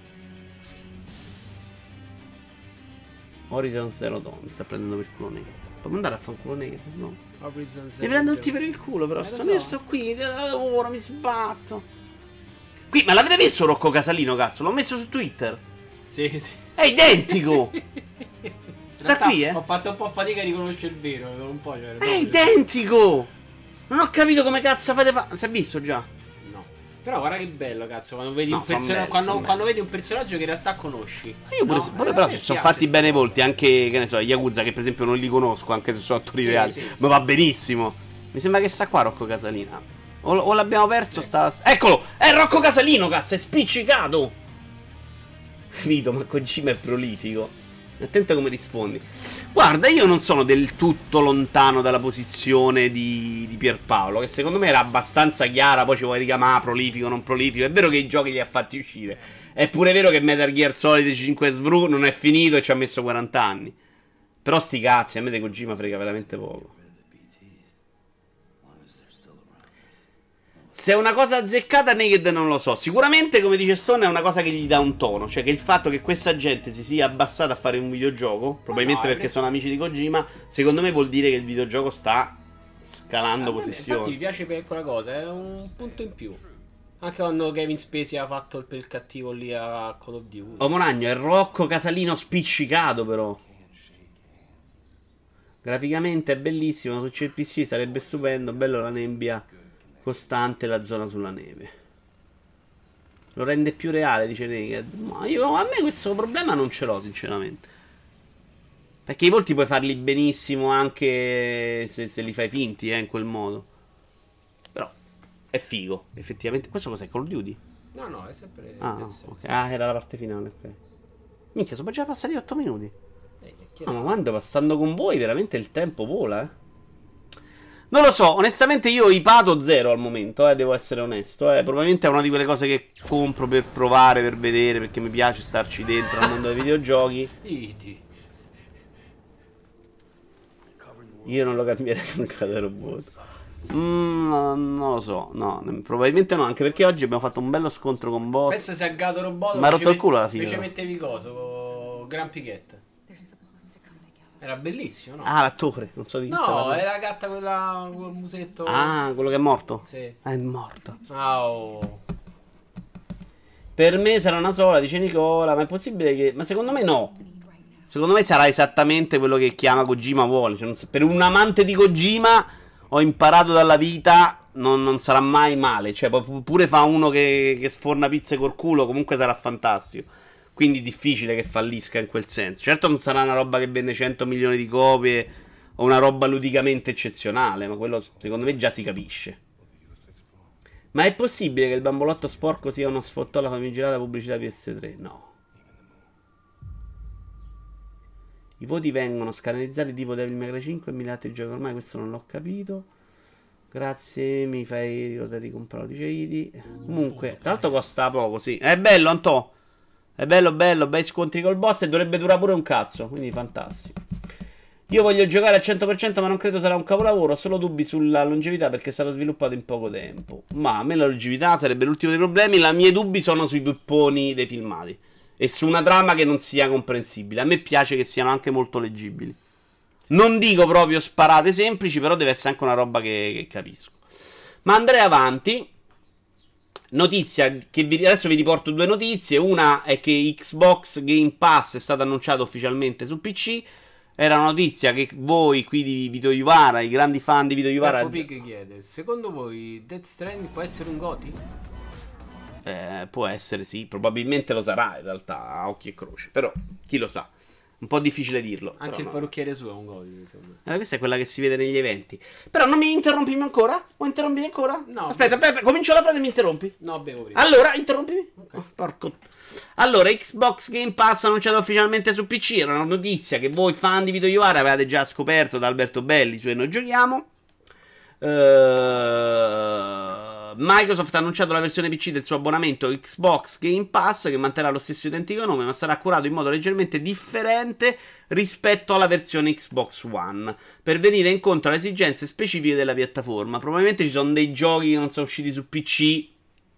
Horizon Zero Dawn mi sta prendendo per il culo Naked. Puoi andare a fare un culo Naked? No. Horizon Zero Mi prendo tutti per il culo, però. Eh, Sto, lo so. io sto qui, lavoro, mi sbatto. Qui, ma l'avete visto Rocco Casalino, cazzo? L'ho messo su Twitter. Sì, sì. È identico! In Sta realtà qui, eh? Ho fatto un po' fatica a riconoscere il vero. dopo Un po', cioè, È identico! Non ho capito come cazzo fate fa... Si è visto già? No. Però guarda che bello, cazzo. Quando vedi, No, un, son persona- belli, quando, son quando vedi un personaggio che in realtà conosci. Io pure, No? se- pure Eh, però a se me sono piace fatti sta bene i cosa. volti, anche, che ne so, Yakuza, che per esempio non li conosco, anche se sono attori Sì, reali, sì, sì. ma va benissimo. Mi sembra che sta qua Rocco Casalino. O, o l'abbiamo perso, sta... Eccolo! È Rocco Casalino, cazzo, è spiccicato! Vito, ma Kojima è prolifico. Attento come rispondi. Guarda, io non sono del tutto lontano dalla posizione di, di Pierpaolo, che secondo me era abbastanza chiara. Poi ci vuoi ricamare prolifico, non prolifico. È vero che i giochi li ha fatti uscire. È pure vero che Metal Gear Solid cinque Svru non è finito e ci ha messo quaranta anni. Però sti cazzi, a me di Kojima frega veramente poco. Se è una cosa azzeccata, Naked non lo so. Sicuramente, come dice Stone, è una cosa che gli dà un tono. Cioè che il fatto che questa gente si sia abbassata a fare un videogioco, probabilmente no, perché preso... sono amici di Kojima, secondo me vuol dire che il videogioco sta scalando A me- posizioni. Infatti mi piace per quella cosa, è un punto in più. Anche quando Kevin Spacey ha fatto il, il cattivo lì a Call of Duty. Oh Monagno, è Rocco Casalino spiccicato però. Graficamente è bellissimo, su C P C sarebbe stupendo, bello la nebbia costante, la zona sulla neve. Lo rende più reale, dice Naked. Ma io, a me questo problema non ce l'ho, sinceramente. Perché i volti puoi farli benissimo anche se, se li fai finti, eh, in quel modo. Però è figo, effettivamente. Questo cos'è? Call of Duty? No, no, è sempre... Ah, no, è sempre- ok. Ah, era la parte finale, ok. Minchia, sono già passati otto minuti. Eh, che- No, ma quando passando con voi veramente il tempo vola, eh. Non lo so, onestamente io ipato zero al momento, eh, devo essere onesto, eh. Probabilmente è una di quelle cose che compro per provare, per vedere, perché mi piace starci dentro al mondo dei videogiochi. Iti. Io non lo cambierei con cada robot. Mm, no, non lo so, no, ne- probabilmente no, anche perché oggi abbiamo fatto un bello scontro con boss. Penso se a Gato Robot Ma ha rotto il culo alla fine. invece mettevi coso con Gran Piquet. Era bellissimo, no? Ah, l'attore, non so di chi sta no, parlando. era la gatta quella col musetto. Ah, quello che è morto? Sì. Ah, è morto. Ah, oh. Per me sarà una sola, dice Nicola, ma è possibile che... Ma secondo me no. Secondo me sarà esattamente quello che chiama Kojima vuole. Cioè, non so- per un amante di Kojima ho imparato dalla vita non, non sarà mai male. Cioè, pu- pure fa uno che, che sforna pizze col culo, comunque sarà fantastico. Quindi difficile che fallisca in quel senso. Certo non sarà una roba che vende cento milioni di copie o una roba ludicamente eccezionale, ma quello secondo me già si capisce. Ma è possibile che il bambolotto sporco sia uno sfottò alla famigerata pubblicità P S tre? No. I voti vengono scannerizzati tipo Devil May Cry cinque e mille altri giochi. Ormai questo non l'ho capito. Grazie, mi fai ricordare di comprarlo, dice Idi. Comunque, tra l'altro costa poco, sì. È bello, Antò. È bello, bello, bei scontri col boss e dovrebbe durare pure un cazzo. Quindi fantastico. Io voglio giocare al cento per cento, ma non credo sarà un capolavoro. Ho solo dubbi sulla longevità perché sarà sviluppato in poco tempo. Ma a me la longevità sarebbe l'ultimo dei problemi. I miei dubbi sono sui pipponi dei filmati e su una trama che non sia comprensibile. A me piace che siano anche molto leggibili. Non dico proprio sparate semplici, però deve essere anche una roba che, che capisco. Ma andrei avanti. Notizia che vi, adesso vi riporto due notizie. Una è che Xbox Game Pass è stato annunciato ufficialmente su P C. Era una notizia che voi qui di Vito Iuvara, i grandi fan di Vito Iuvara... Peppo Pig chiede, secondo voi Death Stranding può essere un GOTY? Eh, può essere, sì, probabilmente lo sarà in realtà, a occhi e croce, però chi lo sa. Un po' difficile dirlo. Anche il no. parrucchiere suo è un GOTY, insomma. Eh, questa è quella che si vede negli eventi. Però non mi interrompimi ancora? O interrompi ancora? No. Aspetta, aspetta, comincio la frase e mi interrompi? No, bevo prima. Allora, interrompimi. Okay. Oh, porco. Allora, Xbox Game Pass annunciato ufficialmente su P C. Era una notizia che voi fan di Vito Iovara avevate già scoperto da Alberto Belli su E Noi Giochiamo. Ehm... Microsoft ha annunciato la versione P C del suo abbonamento Xbox Game Pass, che manterrà lo stesso identico nome ma sarà curato in modo leggermente differente rispetto alla versione Xbox One, per venire incontro alle esigenze specifiche della piattaforma. Probabilmente ci sono dei giochi che non sono usciti su P C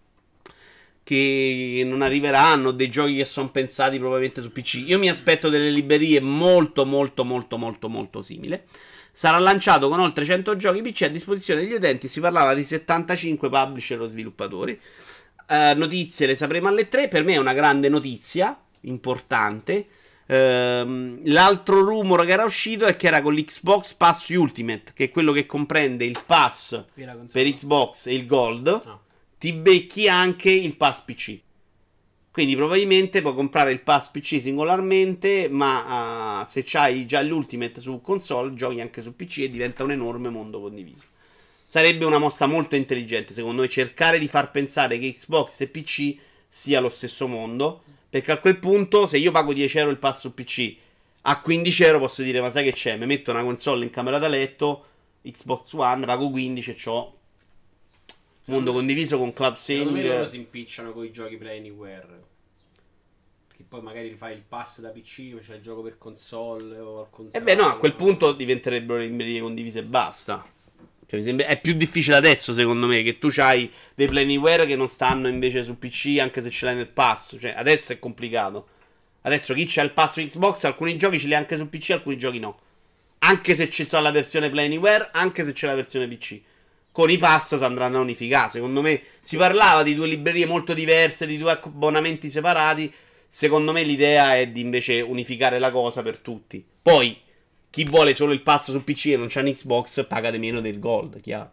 che non arriveranno, dei giochi che sono pensati probabilmente su P C. Io mi aspetto delle librerie molto molto molto molto molto simili. Sarà lanciato con oltre cento giochi P C a disposizione degli utenti. Si parlava di settantacinque publisher o sviluppatori. Uh, notizie le sapremo alle tre. Per me è una grande notizia, importante. Uh, l'altro rumore che era uscito è che era con l'Xbox Pass Ultimate, che è quello che comprende il Pass per Xbox e il Gold. Oh. Ti becchi anche il Pass P C. Quindi probabilmente puoi comprare il Pass P C singolarmente, ma uh, se c'hai già l'Ultimate su console, giochi anche su P C e diventa un enorme mondo condiviso. Sarebbe una mossa molto intelligente, secondo me, cercare di far pensare che Xbox e P C sia lo stesso mondo, perché a quel punto, se io pago dieci euro il Pass su P C, a quindici euro posso dire, ma sai che c'è? Mi metto una console in camera da letto, Xbox One, pago quindici e c'ho mondo condiviso con cloud saving. Secondo me loro si impicciano con i giochi Play Anywhere, che poi magari fai il pass da P C o c'è il gioco per console o al contrario. E beh no, a quel punto diventerebbero librerie condivise e basta. Cioè, mi sembra, è più difficile adesso secondo me, che tu c'hai dei Play Anywhere che non stanno invece su P C anche se ce l'hai nel pass. Cioè adesso è complicato. Adesso chi c'ha il pass su Xbox alcuni giochi ce li ha anche su P C, alcuni giochi no. Anche se ci sta la versione Play Anywhere, anche se c'è la versione P C. Con i pass si andranno a unificare. Secondo me si parlava di due librerie molto diverse, di due abbonamenti separati. Secondo me l'idea è di invece unificare la cosa per tutti. Poi chi vuole solo il pass su P C e non c'ha un Xbox paga di meno del Gold, chiaro.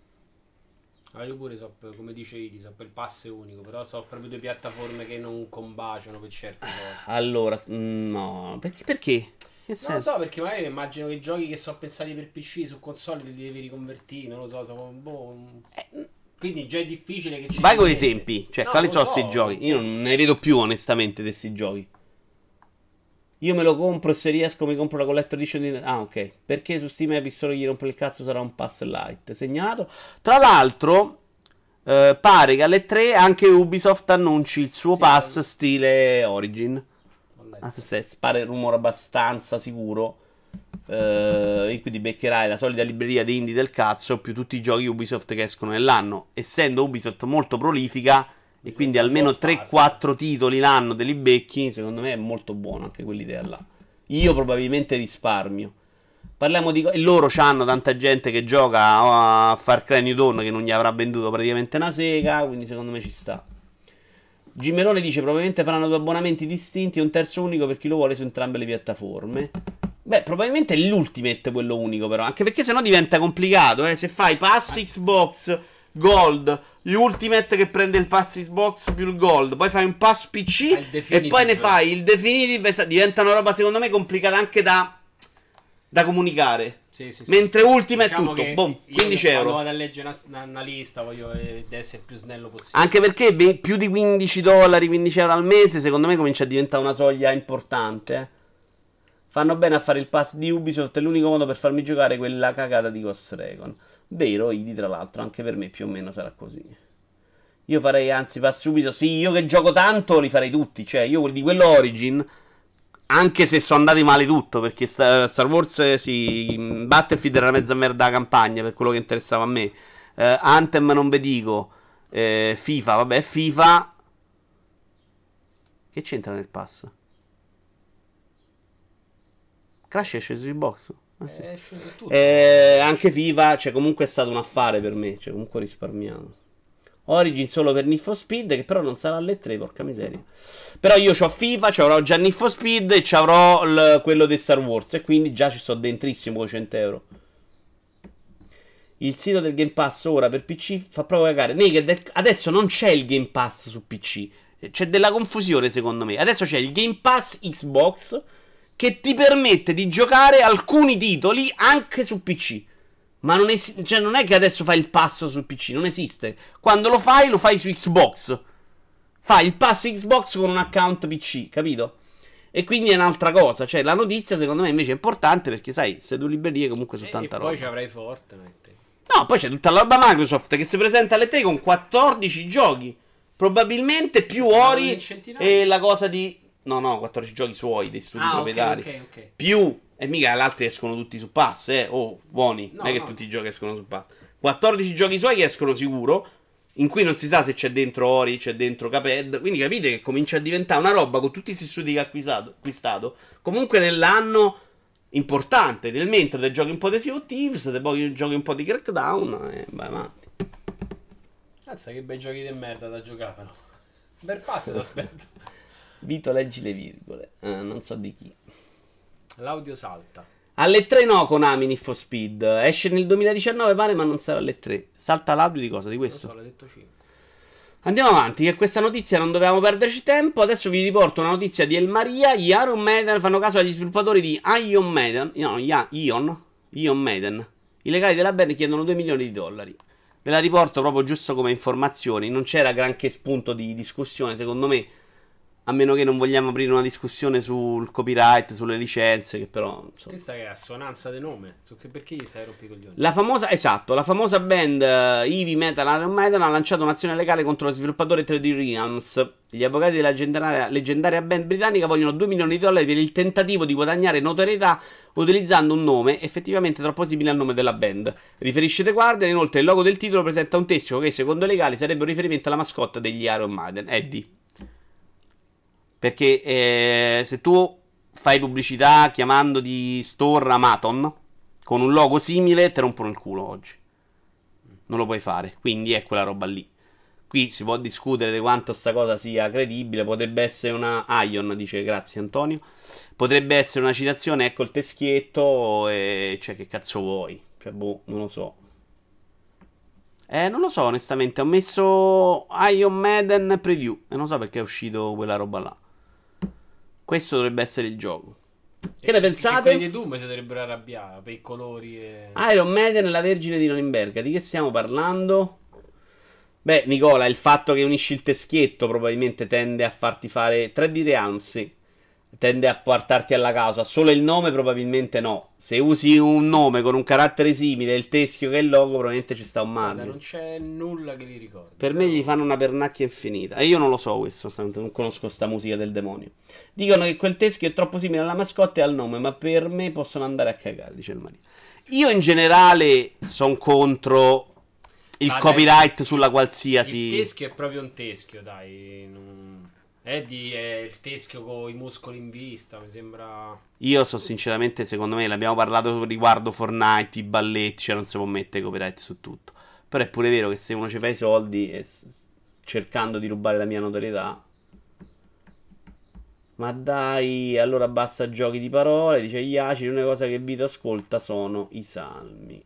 Ah, io pure so, come dice Idi, so per il pass è unico, però so proprio due piattaforme che non combaciano per certe cose. Allora, no, perché? Perché? Che non lo so, perché magari immagino che i giochi che sono pensati per P C su console li devi riconvertire, non lo so, sono boh. Eh, quindi già è difficile che ci vai con esempi, cioè no, quali sono so. questi giochi? Io non ne vedo più onestamente di questi giochi. Io me lo compro e se riesco mi compro la Collector Edition di... Ah, ok. Perché su Steam Epic solo gli rompe il cazzo sarà un pass light. Segnato. Tra l'altro, eh, pare che alle tre anche Ubisoft annunci il suo sì, pass stile Origin. Ah, se pare un rumore abbastanza sicuro. Uh, in cui ti beccherai la solita libreria di indie del cazzo più tutti i giochi Ubisoft che escono nell'anno. Essendo Ubisoft molto prolifica e quindi almeno tre quattro titoli l'anno te li becchi, secondo me è molto buono anche quell'idea là. Io probabilmente risparmio. Parliamo di... E loro c'hanno tanta gente che gioca a Far Cry New Dawn che non gli avrà venduto praticamente una sega, quindi secondo me ci sta. Gimelone dice probabilmente faranno due abbonamenti distinti e un terzo unico per chi lo vuole su entrambe le piattaforme. Beh, probabilmente è l'Ultimate quello unico, però. Anche perché sennò diventa complicato, eh. Se fai Pass Xbox Gold, l'Ultimate che prende il Pass Xbox più il Gold, poi fai un Pass P C e poi ne fai il Definitive. Diventa una roba, secondo me, complicata anche da, da comunicare. Sì, sì, sì. Mentre Ultimate diciamo è tutto, boom, quindici euro. Quando vado a leggere una, una lista voglio essere il più snello possibile. Anche perché più di quindici dollari, quindici euro al mese, secondo me comincia a diventare una soglia importante, eh. Fanno bene a fare il pass di Ubisoft, è l'unico modo per farmi giocare quella cagata di Ghost Recon. Vero, Idi, tra l'altro, anche per me più o meno sarà così. Io farei, anzi, pass Ubisoft, sì, io che gioco tanto li farei tutti, cioè io quelli di quello Origin, anche se sono andati male tutto, perché Star Wars, sì, Battlefield era mezza merda la campagna, per quello che interessava a me. Uh, Anthem non ve dico, uh, FIFA, vabbè, FIFA... Che c'entra nel pass? Crash esce su Xbox? Ah, sì. eh, tutto. Eh, anche FIFA, cioè comunque è stato un affare per me, cioè comunque ho risparmiato. Origin solo per Need for Speed, che però non sarà alle tre, porca miseria. Però io ho FIFA, ci avrò già Need for Speed e ci avrò l- quello di Star Wars, e quindi già ci sto dentrissimo con cento euro. Il sito del Game Pass ora per P C fa proprio cagare. Naked, adesso non c'è il Game Pass su P C, c'è della confusione secondo me. Adesso c'è il Game Pass Xbox, che ti permette di giocare alcuni titoli anche su P C. Ma non, es- cioè non è che adesso fai il passo su P C, non esiste. Quando lo fai, lo fai su Xbox. Fai il pass Xbox con un account P C, capito? E quindi è un'altra cosa. Cioè la notizia secondo me invece è importante, perché sai, queste due librerie comunque sono e, tanta e roba. poi ci avrai Fortnite. No, poi c'è tutta la roba Microsoft che si presenta alle tre con quattordici giochi. Probabilmente più Ori e la cosa di... No, no, quattordici giochi suoi, dei studi ah, proprietari. Okay, okay, okay. Più... E mica gli altri escono tutti su pass, eh. Oh, buoni. No, non è che no. tutti i giochi escono su pass. quattordici giochi suoi che escono sicuro, in cui non si sa se c'è dentro Ori, c'è dentro Cuphead. Quindi capite che comincia a diventare una roba con tutti questi studi che ha acquistato, acquistato comunque nell'anno importante. Nel mentre te giochi un po' di Sea of Thieves, te poi giochi un po' di Crackdown e vai avanti. Cazzo, che bei giochi di merda da giocare, però. Bel passo ti aspetto. Vito, leggi le virgole. Eh, non so di chi. L'audio salta. Alle tre no, Konami Need for Speed. Esce nel duemiladiciannove pare, ma non sarà alle tre. Salta l'audio di cosa? Di questo? Non so, l'ha detto cinque. Andiamo avanti, che questa notizia non dovevamo perderci tempo. Adesso vi riporto una notizia di El Maria. Gli Iron Maiden fanno caso agli sviluppatori di Ion Maiden. No, Ion. Ion Maiden. I legali della band chiedono due milioni di dollari. Ve la riporto proprio giusto come informazioni. Non c'era granché spunto di discussione, secondo me. A meno che non vogliamo aprire una discussione sul copyright, sulle licenze, che però... Insomma. Questa è assonanza di nome. Perché gli stai rompi i coglioni? La famosa, esatto, la famosa band uh, Heavy Metal Iron Maiden ha lanciato un'azione legale contro lo sviluppatore tre D Realms. Gli avvocati della leggendaria, leggendaria band britannica vogliono due milioni di dollari per il tentativo di guadagnare notorietà utilizzando un nome effettivamente troppo simile al nome della band. Riferisce The Guardian. Inoltre il logo del titolo presenta un teschio che secondo i legali sarebbe un riferimento alla mascotte degli Iron Maiden, Eddie. Perché eh, se tu fai pubblicità chiamando di store Amaton con un logo simile, te rompono il culo oggi. Non lo puoi fare. Quindi è quella roba lì. Qui si può discutere di quanto sta cosa sia credibile. Potrebbe essere una... Ion, dice grazie Antonio. Potrebbe essere una citazione, ecco il teschietto. E... Cioè che cazzo vuoi? Cioè boh, non lo so. Eh, non lo so onestamente. Ho messo Ion Maiden Preview e non so perché è uscito quella roba là. Questo dovrebbe essere il gioco. Che ne pensate? Quelli di Doom si dovrebbero arrabbiare per i colori e... Iron Maiden e la Vergine di Norimberga. Di che stiamo parlando? Beh, Nicola, il fatto che unisci il teschietto probabilmente tende a farti fare tre D Realms, sì. Tende a portarti alla causa. Solo il nome probabilmente no. Se usi un nome con un carattere simile, il teschio che è il logo, probabilmente ci sta un margine. Non c'è nulla che li ricordi. Per me gli fanno una pernacchia infinita. E io non lo so questo, non conosco sta musica del demonio. Dicono che quel teschio è troppo simile alla mascotte e al nome, ma per me possono andare a cagare, dice il Maria. Io in generale sono contro il ah, copyright dai, sulla qualsiasi... Il teschio è proprio un teschio, dai. Non... Eddie è il teschio con i muscoli in vista, mi sembra... Io so sinceramente, secondo me, l'abbiamo parlato riguardo Fortnite, i balletti, cioè non si può mettere copyright su tutto. Però è pure vero che se uno ci fa i soldi e cercando di rubare la mia notorietà... Ma dai, allora basta giochi di parole, dice Iaci, l'unica cosa che Vito ascolta sono i salmi.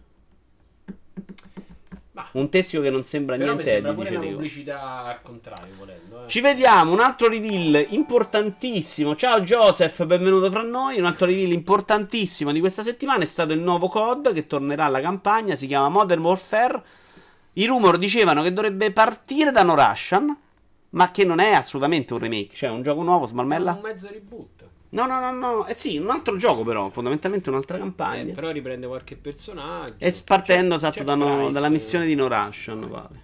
Ma, Un teschio che non sembra però mi niente sembra Eddie, pure dice una Rico. pubblicità al contrario, volendo. Eh. Ci vediamo, un altro reveal importantissimo. Ciao Joseph, benvenuto fra noi. Un altro reveal importantissimo di questa settimana è stato il nuovo C O D che tornerà alla campagna, si chiama Modern Warfare. I rumor dicevano che dovrebbe partire da No Russian, ma che non è assolutamente un remake, cioè un gioco nuovo, Smarmella. Un mezzo reboot. No, no, no, no, eh sì, un altro gioco però, fondamentalmente un'altra Eh, campagna. però riprende qualche personaggio. E partendo C'è- esatto c'è da no- Price. dalla missione di No Russian, pare.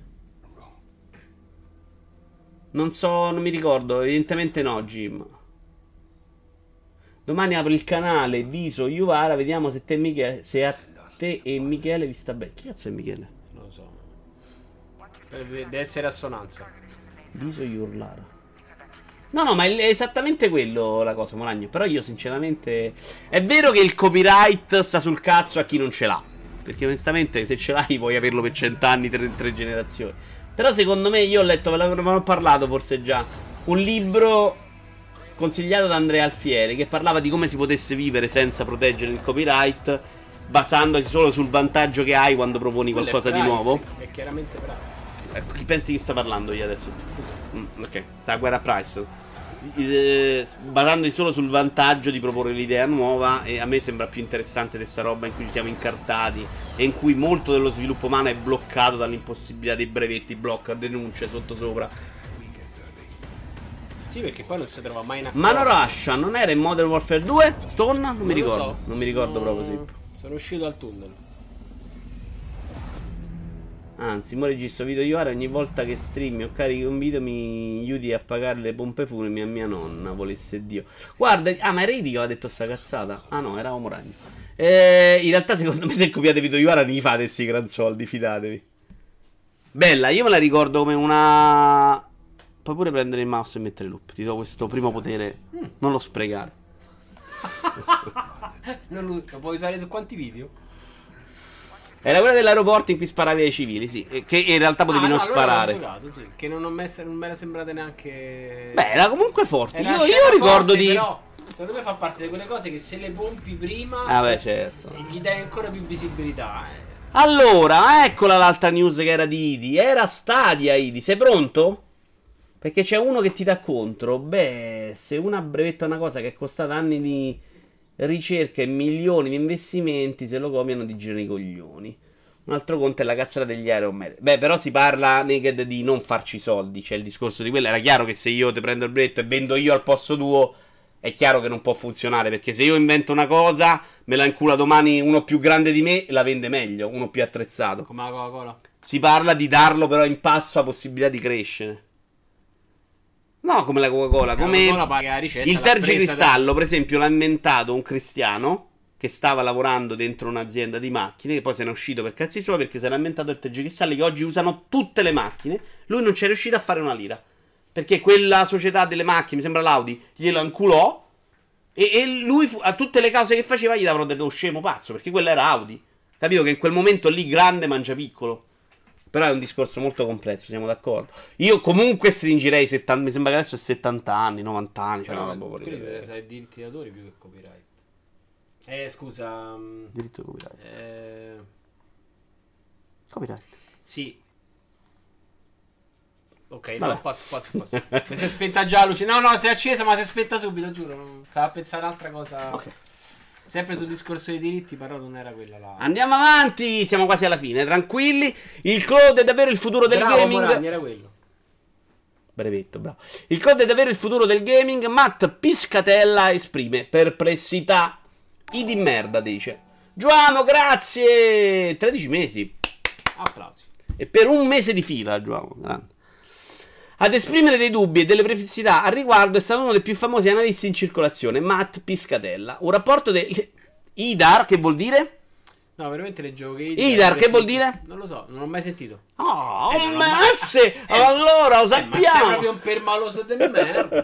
Non so, non mi ricordo, evidentemente no, Jim. Domani apro il canale Viso Iuvara, vediamo se te e Michele, se a te e Michele vi sta bene. Chi cazzo è Michele? Non lo so. Eh, Deve essere assonanza. Viso Iurlara. No, no, ma è esattamente quello la cosa, Moragno. Però io sinceramente... È vero che il copyright sta sul cazzo a chi non ce l'ha. Perché onestamente se ce l'hai puoi averlo per cent'anni, tre, tre generazioni. Però secondo me, io ho letto, ve l'avevamo parlato forse già, un libro consigliato da Andrea Alfieri che parlava di come si potesse vivere senza proteggere il copyright, basandosi solo sul vantaggio che hai quando proponi Quello è qualcosa di Price, nuovo. È chiaramente Price. Ecco, chi pensi che sta parlando io adesso? Mm, ok, sta a guerra Price. Eh, basandosi solo sul vantaggio di proporre l'idea nuova, e a me sembra più interessante questa roba in cui ci siamo incartati e in cui molto dello sviluppo umano è bloccato dall'impossibilità dei brevetti, blocca, denunce, sottosopra. Sì, perché poi non si trova mai in accordo. Ma No Russia non era in Modern Warfare due? Stone? Non, mi lo ricordo. so. Non mi ricordo No, proprio, sì. Sono uscito dal tunnel. Anzi, mo registro video io ora, ogni volta che streami o carichi un video mi aiuti a pagare le pompe funebri a mia nonna, volesse Dio. Guarda, ah, ma era Ridi che aveva detto sta cazzata. Ah no, era Homo Ragno. Eh, in realtà secondo me se copiate video io ora ne fate sti gran soldi, fidatevi. Bella, io me la ricordo come una... Puoi pure prendere il mouse e mettere loop. Ti do questo primo potere, non lo sprecare. Non lo, lo puoi usare su quanti video? Era quella dell'aeroporto in cui sparavi ai civili, sì. e Che in realtà potevi Ah, non no, allora sparare. l'ho giocato, sì. Che non, ho messo, non mi era sembrata neanche. Beh, era comunque forte. Era Io, una io scena ricordo forte, di... Però, secondo me fa parte di quelle cose che se le pompi prima. Ah, beh, certo. Gli dai ancora più visibilità. Eh. Allora, eccola l'altra news che era di Idi. Era Stadia, Idi. Sei pronto? Perché c'è uno che ti dà contro. Beh, se una brevetta una cosa che è costata anni di ricerca e milioni di investimenti, se lo copiano di girare i coglioni. Un altro conto è la cazzata degli Iron Man. Beh, però si parla naked di non farci soldi. C'è il discorso di quello. Era chiaro che se io ti prendo il brevetto e vendo io al posto tuo, è chiaro che non può funzionare. Perché se io invento una cosa, me la incula domani uno più grande di me e la vende meglio, uno più attrezzato. Come la Coca-Cola. Si parla di darlo però in passo la possibilità di crescere. No, come la Coca-Cola, La come Coca-Cola paga la ricetta, il l'ha presa tergicristallo, per esempio, l'ha inventato un cristiano che stava lavorando dentro un'azienda di macchine, che poi se n'è uscito per cazzi suoi perché si era inventato il tergicristallo che oggi usano tutte le macchine. Lui non ci è riuscito a fare una lira, perché quella società delle macchine, mi sembra l'Audi, glielo inculò. E, e lui fu- a tutte le cose che faceva gli davano dello scemo pazzo, perché quella era Audi. Capito che in quel momento lì grande mangia piccolo. Però è un discorso molto complesso, siamo d'accordo. Io comunque stringerei settanta, mi sembra che adesso è settanta anni, novanta anni, cioè Però, una roba fuori quelli da deve vedere. essere diritti d'autore più che copyright. Eh, scusa. mm, Diritto di copyright. Eh, Copyright. sì. Ok, Vabbè. no, passo, passo, passo. Mi si è spenta già la luce. No, no, si è accesa, ma si è spenta subito, giuro. non- Stavo a pensare a un'altra cosa. Ok. Sempre sul discorso dei diritti, però non era quella là. Andiamo avanti, siamo quasi alla fine, tranquilli. Il cloud è davvero il futuro del Bravo, gaming. Moragni, era quello. Brevetto, bravo. Il cloud è davvero il futuro del gaming. Matt Piscatella esprime perplessità. I di merda, dice. Giuano, grazie. tredici mesi. Applausi. E per un mese di fila, Giuano. Grande. Ad esprimere dei dubbi e delle perplessità al riguardo è stato uno dei più famosi analisti in circolazione, Matt Piscatella. Un rapporto del I D A R, che vuol dire? No, veramente leggevo che... Idar, che vuol dire? Non lo so, non ho mai sentito. Oh, Eh, un non ho mai- messe! Eh, Allora, lo Eh, ma sei sappiamo! proprio un permaloso del merda.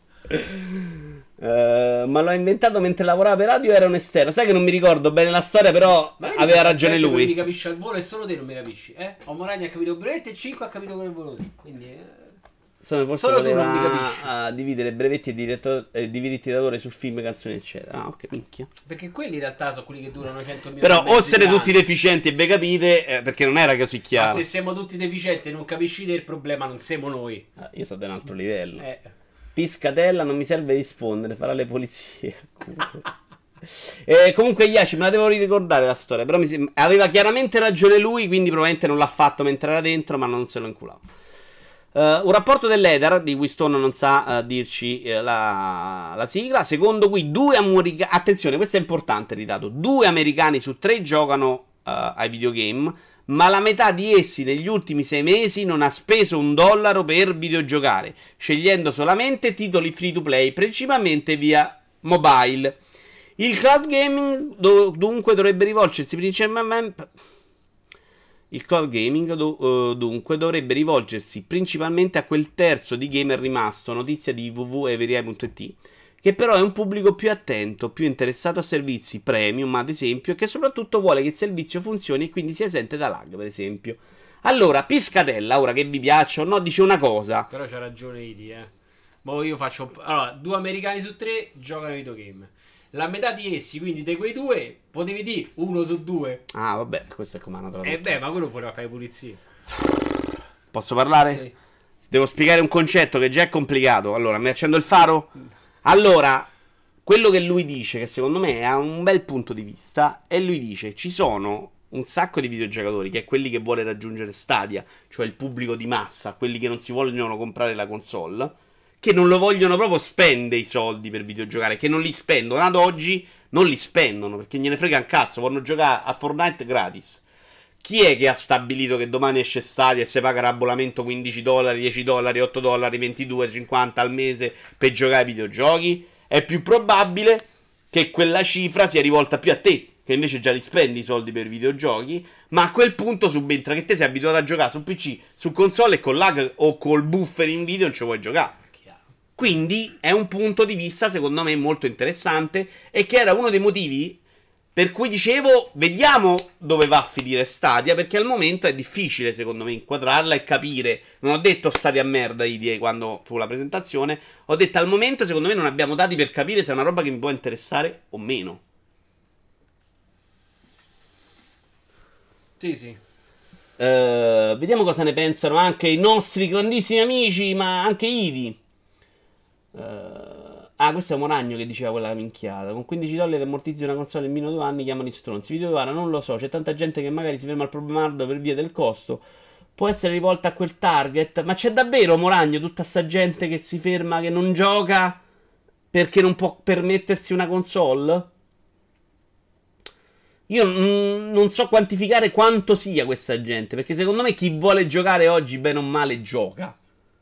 Eh, ma l'ho inventato mentre lavorava per radio, era un esterno. Sai che non mi ricordo bene la storia, però Ma vedi aveva che ragione gente lui. Mi capisce al volo e solo te non mi capisci, eh? Ho Moragni ha capito brevetto e cinque ha capito quel volo lì. Quindi... Eh... Sono forse Solo tu non mi voleva capisci. a dividere brevetti e diretto- eh, diritti d'autore su film, canzoni, eccetera. Ah, ok, minchia. Perché quelli in realtà sono quelli che durano cento minuti. Però e o mezzo siete di tutti anni. deficienti e ve capite, eh, perché non era così Ma chiaro. se siamo tutti deficienti e non capisci te, il problema non siamo noi. Ah, io sto da un altro livello. Eh. Piscatella non mi serve rispondere, farà le polizie. Eh, comunque Yashi me la devo ricordare la storia. Però mi sem- aveva chiaramente ragione lui, quindi probabilmente non l'ha fatto mentre era dentro, ma non se lo inculava. Uh, un rapporto dell'Eder di cui Stone non sa uh, dirci uh, la, la sigla. Secondo cui due americani, attenzione, questo è importante, ridato, due americani su tre giocano uh, ai videogame, ma la metà di essi negli ultimi sei mesi non ha speso un dollaro per videogiocare, scegliendo solamente titoli free to play, principalmente via mobile. Il cloud gaming do- dunque dovrebbe rivolgersi principalmente... Il cloud gaming do- uh, dunque dovrebbe rivolgersi principalmente a quel terzo di gamer rimasto, notizia di w w w punto everyeye punto i t, che però è un pubblico più attento, più interessato a servizi premium, ad esempio, e che soprattutto vuole che il servizio funzioni e quindi sia esente da lag, per esempio. Allora, Piscatella, ora che vi piaccia o no, dice una cosa. Però c'ha ragione Idi, eh. Ma io faccio un po'... Allora, due americani su tre giocano ai videogame. La metà di essi, quindi di quei due, potevi dire uno su due. Ah, vabbè, questo è come hanno tradotto. E beh, ma quello voleva fare pulizie. Posso parlare? Sì. Devo spiegare un concetto che già è complicato. Allora, mi accendo il faro? Allora, quello che lui dice, che secondo me ha un bel punto di vista, e lui dice, ci sono un sacco di videogiocatori, che è quelli che vuole raggiungere Stadia, cioè il pubblico di massa, quelli che non si vogliono comprare la console, che non lo vogliono proprio spendere i soldi per videogiocare, che non li spendono, ad oggi non li spendono, perché gliene frega un cazzo, vogliono giocare a Fortnite gratis. Chi è che ha stabilito che domani esce Stadia e si paga l'abbonamento quindici dollari, dieci dollari, otto dollari, ventidue, cinquanta al mese per giocare ai videogiochi? È più probabile che quella cifra sia rivolta più a te, che invece già li spendi i soldi per videogiochi, ma a quel punto subentra che te sei abituato a giocare su P C, su console e con lag o col buffer in video non ci vuoi giocare. Quindi è un punto di vista secondo me molto interessante e che era uno dei motivi per cui dicevo vediamo dove va a finire Stadia, perché al momento è difficile secondo me inquadrarla e capire. Non ho detto Stadia a merda idee quando fu la presentazione, ho detto al momento secondo me non abbiamo dati per capire se è una roba che mi può interessare o meno. Sì, sì. Uh, vediamo cosa ne pensano anche i nostri grandissimi amici, ma anche Idi. Uh, ah, questo è Moragno che diceva quella minchiata. Con quindici dollari ammortizzi una console in meno due anni, chiamano i stronzi. Video ora non lo so, c'è tanta gente che magari si ferma al problemardo per via del costo. Può essere rivolta a quel target. Ma c'è davvero, Moragno, tutta sta gente che si ferma, che non gioca perché non può permettersi una console? Io mm, non so quantificare quanto sia questa gente, perché secondo me chi vuole giocare oggi bene o male gioca.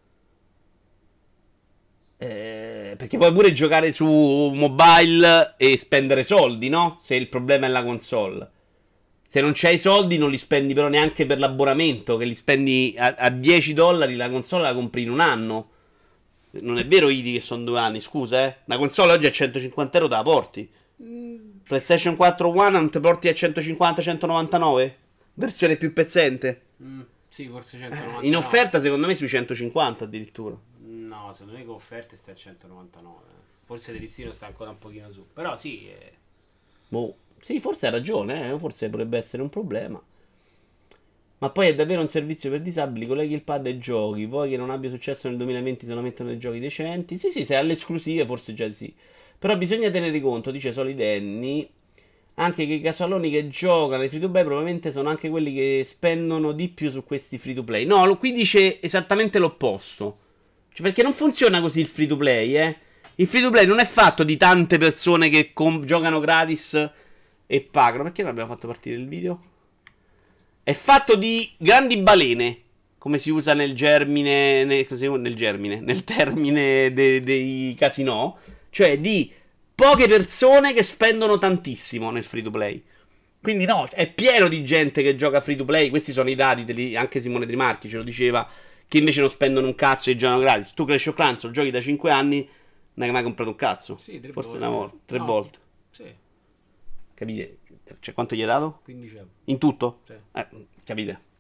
Eh, perché puoi pure giocare su mobile e spendere soldi, no? Se il problema è la console. Se non c'hai i soldi non li spendi però neanche per l'abbonamento, che li spendi a, a dieci dollari, la console la compri in un anno. Non è vero, Idi, che sono due anni, scusa, eh. Una console oggi a centocinquanta euro te la porti. PlayStation quattro One non ti porti a centocinquanta centonovantanove? Versione più pezzente. Mm, sì, forse centonovantanove. In offerta secondo me sui centocinquanta addirittura. No, secondo me con offerte sta a centonovantanove. Forse del listino sta ancora un pochino su. Però sì. Eh. Boh. Sì, forse ha ragione, eh. Forse potrebbe essere un problema. Ma poi è davvero un servizio per disabili, colleghi il pad ai giochi. Vuoi che non abbia successo nel duemilaventi se non mettono dei giochi decenti? Sì, sì, se alle esclusive forse già sì. Però bisogna tenere conto, dice Solidenni, anche che i casualoni che giocano ai free to play probabilmente sono anche quelli che spendono di più su questi free to play. No, qui dice esattamente l'opposto. Cioè, perché non funziona così il free to play, eh. Il free to play non è fatto di tante persone che com- giocano gratis e pagano. Perché non abbiamo fatto partire il video? È fatto di grandi balene, come si usa nel germine, nel, nel germine, nel termine de- dei casinò. Cioè di poche persone che spendono tantissimo nel free to play. Quindi no, è pieno di gente che gioca free to play. Questi sono i dati, deli, anche Simone Trimarchi ce lo diceva, che invece non spendono un cazzo e giocano gratis. Tu Clash of Clans lo giochi da cinque anni, non hai mai comprato un cazzo. Sì, tre Forse volte. una volta, tre No. volte. Sì, Capite? Cioè quanto gli hai dato? quindici euro. In tutto? Sì. Eh, capite?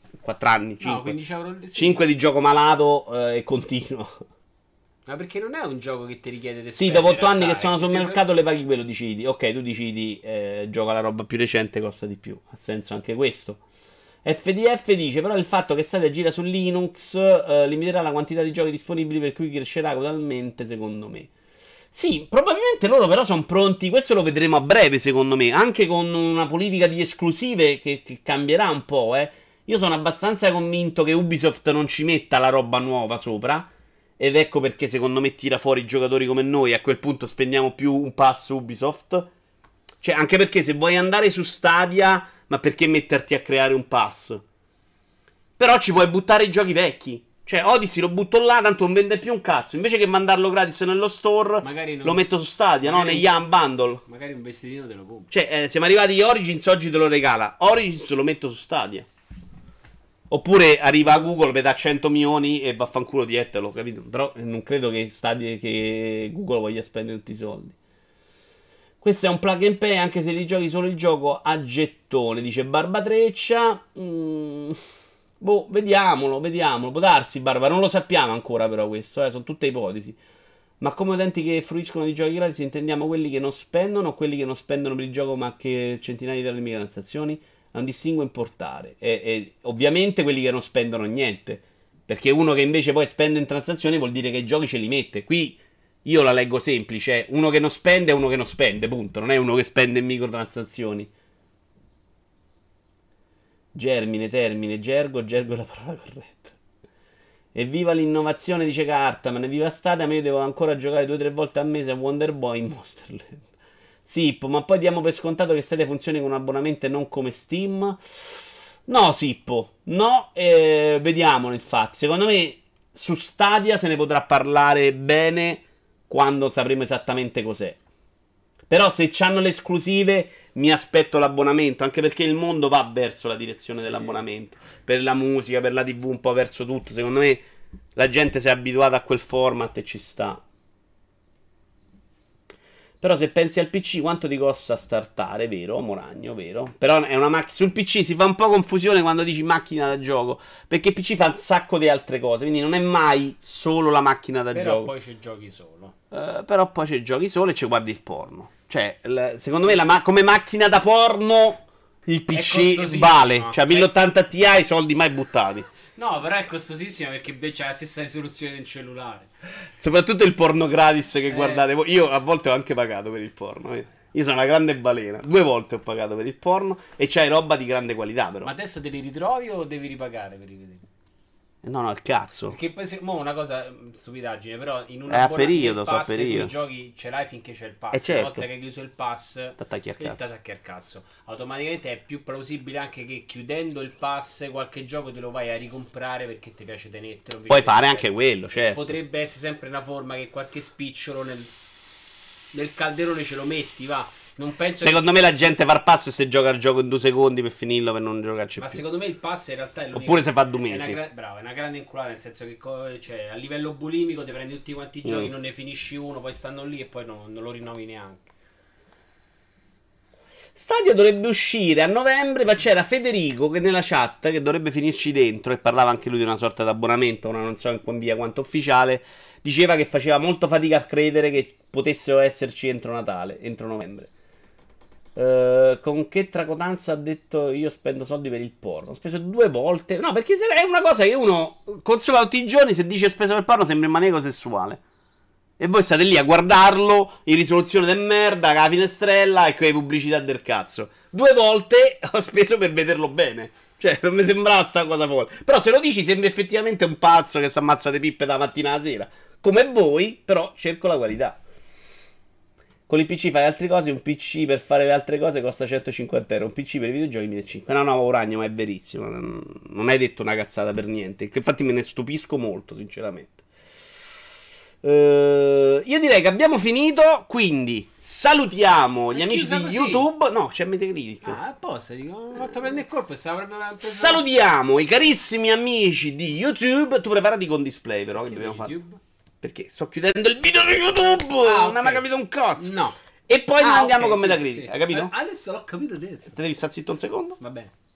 quattro anni, No, cinque. quindici euro al- sì. cinque di gioco malato eh, e continuo. Ma perché non è un gioco che ti richiede di Sì, spendere, dopo otto in anni che realtà, sono è sul che ti- mercato le paghi quello, decidi. Ok, tu decidi, eh, gioca la roba più recente, costa di più. Ha senso anche questo. F D F dice, però il fatto che Stadia gira su Linux eh, limiterà la quantità di giochi disponibili, per cui crescerà totalmente, secondo me. Sì, probabilmente loro però sono pronti, questo lo vedremo a breve, secondo me, anche con una politica di esclusive che, che cambierà un po', eh. Io sono abbastanza convinto che Ubisoft non ci metta la roba nuova sopra. Ed ecco perché secondo me tira fuori giocatori come noi. A quel punto spendiamo più un pass Ubisoft. Cioè, anche perché se vuoi andare su Stadia, ma perché metterti a creare un pass? Però ci puoi buttare i giochi vecchi. Cioè, Odyssey lo butto là, tanto non vende più un cazzo. Invece che mandarlo gratis nello store, Magari non- lo metto su Stadia, no? magari- Negli Young Bundle. Magari un vestitino te lo compri. Cioè, eh, siamo arrivati a Origins, oggi te lo regala. Origins lo metto su Stadia. Oppure arriva a Google, vede a cento milioni e vaffanculo diettelo, capito? Però non credo che, Stadia, che Google voglia spendere tutti i soldi. Questo è un plug and play, anche se rigiochi solo il gioco a gettone, dice Barbatreccia. Mm, boh, vediamolo, vediamolo. Può darsi, Barba, non lo sappiamo ancora però questo, eh, sono tutte ipotesi. Ma come utenti che fruiscono di giochi gratis intendiamo quelli che non spendono o quelli che non spendono per il gioco ma che centinaia di microtransazioni? È un distinguo importante. E, e ovviamente quelli che non spendono niente. Perché uno che invece poi spende in transazioni vuol dire che i giochi ce li mette. Qui io la leggo semplice. Uno che non spende è uno che non spende, punto. Non è uno che spende in microtransazioni. Germine, termine, gergo, gergo è la parola corretta. Evviva l'innovazione, dice Cartaman. Evviva Stadia, ma io devo ancora giocare due o tre volte al mese a Wonder Boy in Monsterland. Sippo, ma poi diamo per scontato che Stadia funzioni con un abbonamento e non come Steam? No, Sippo, no, eh, vediamolo infatti. Secondo me su Stadia se ne potrà parlare bene quando sapremo esattamente cos'è. Però se c'hanno le esclusive mi aspetto l'abbonamento, anche perché il mondo va verso la direzione dell'abbonamento. Per la musica, per la tivù, un po' verso tutto. Secondo me la gente si è abituata a quel format e ci sta. Però se pensi al P C quanto ti costa startare, vero? Moragno, vero? Però è una macchina. Sul P C si fa un po' confusione quando dici macchina da gioco. Perché il P C fa un sacco di altre cose. Quindi non è mai solo la macchina da Però gioco. poi ci giochi solo. Uh, però poi c'è giochi solo e ci guardi il porno. Cioè, l- secondo me la ma- come macchina da porno il P C costosissima. vale. Cioè, È- mille ottanta Ti, soldi mai buttati. No, però è costosissima perché invece ha la stessa risoluzione del cellulare. Soprattutto il porno gratis che Eh. guardate voi. Io a volte ho anche pagato per il porno. eh. Io sono una grande balena. Due volte ho pagato per il porno e c'hai roba di grande qualità, però. Ma adesso te li ritrovi o devi ripagare per rivedere? No, no, il cazzo. Perché poi se- mo una cosa mh, stupidaggine, però in un È a abbona- periodo, nel so a pass periodo. tu i giochi ce l'hai finché c'è il pass. Eh, certo. Una volta che hai chiuso il pass, T'attacchi al e cazzo. t'attacchi al cazzo. Automaticamente è più plausibile anche che chiudendo il pass qualche gioco te lo vai a ricomprare perché ti piace tenertelo. Puoi fare anche quello, certo. Potrebbe essere sempre una forma che qualche spicciolo nel, nel calderone ce lo metti, va. Non penso Secondo me la gente fa il pass se gioca il gioco in due secondi per finirlo, per non giocarci Ma più. secondo me il pass in realtà è l'unica. Oppure se fa due è una mesi. gra- bravo, è una grande inculata, nel senso che co- cioè, a livello bulimico ti prendi tutti quanti i giochi, Mm. non ne finisci uno, poi stanno lì e poi no- non lo rinnovi neanche. Stadia dovrebbe uscire a novembre, ma c'era Federico che nella chat, che dovrebbe finirci dentro, e parlava anche lui di una sorta di abbonamento, ora non so in via quanto ufficiale, diceva che faceva molto fatica a credere che potessero esserci entro Natale, entro novembre. Uh, con che tracotanza ha detto io spendo soldi per il porno? Ho speso due volte. No, perché se è una cosa che uno consuma tutti i giorni. Se dice speso per il porno sembra un manego sessuale. E voi state lì a guardarlo in risoluzione del merda, con la finestrella e con le pubblicità del cazzo. Due volte ho speso per vederlo bene. Cioè, non mi sembrava sta cosa folle. Però se lo dici sembra effettivamente un pazzo che si ammazza le pippe dalla mattina alla sera. Come voi, però cerco la qualità. Con il P C fai altre cose, un P C per fare le altre cose costa centocinquanta euro, un P C per i videogiochi millecinquecento. No, no, Ragno, ma è verissimo. Non hai detto una cazzata per niente. Infatti me ne stupisco molto, sinceramente. Uh, io direi che abbiamo finito, quindi salutiamo gli È amici chiusa di così? YouTube. No, c'è Metacritic. Ah, apposta, dico, ho fatto prendere il colpo e stava proprio preso- Salutiamo i carissimi amici di YouTube. Tu preparati con display, però, che Che dobbiamo fare. YouTube? Perché sto chiudendo il video di YouTube. Ah, Non ok. hai mai capito un cazzo. No. E poi Ah, noi andiamo ok, con sì, Metacritic, sì. hai capito? Eh, adesso l'ho capito adesso. Te devi stare zitto un secondo? Va bene.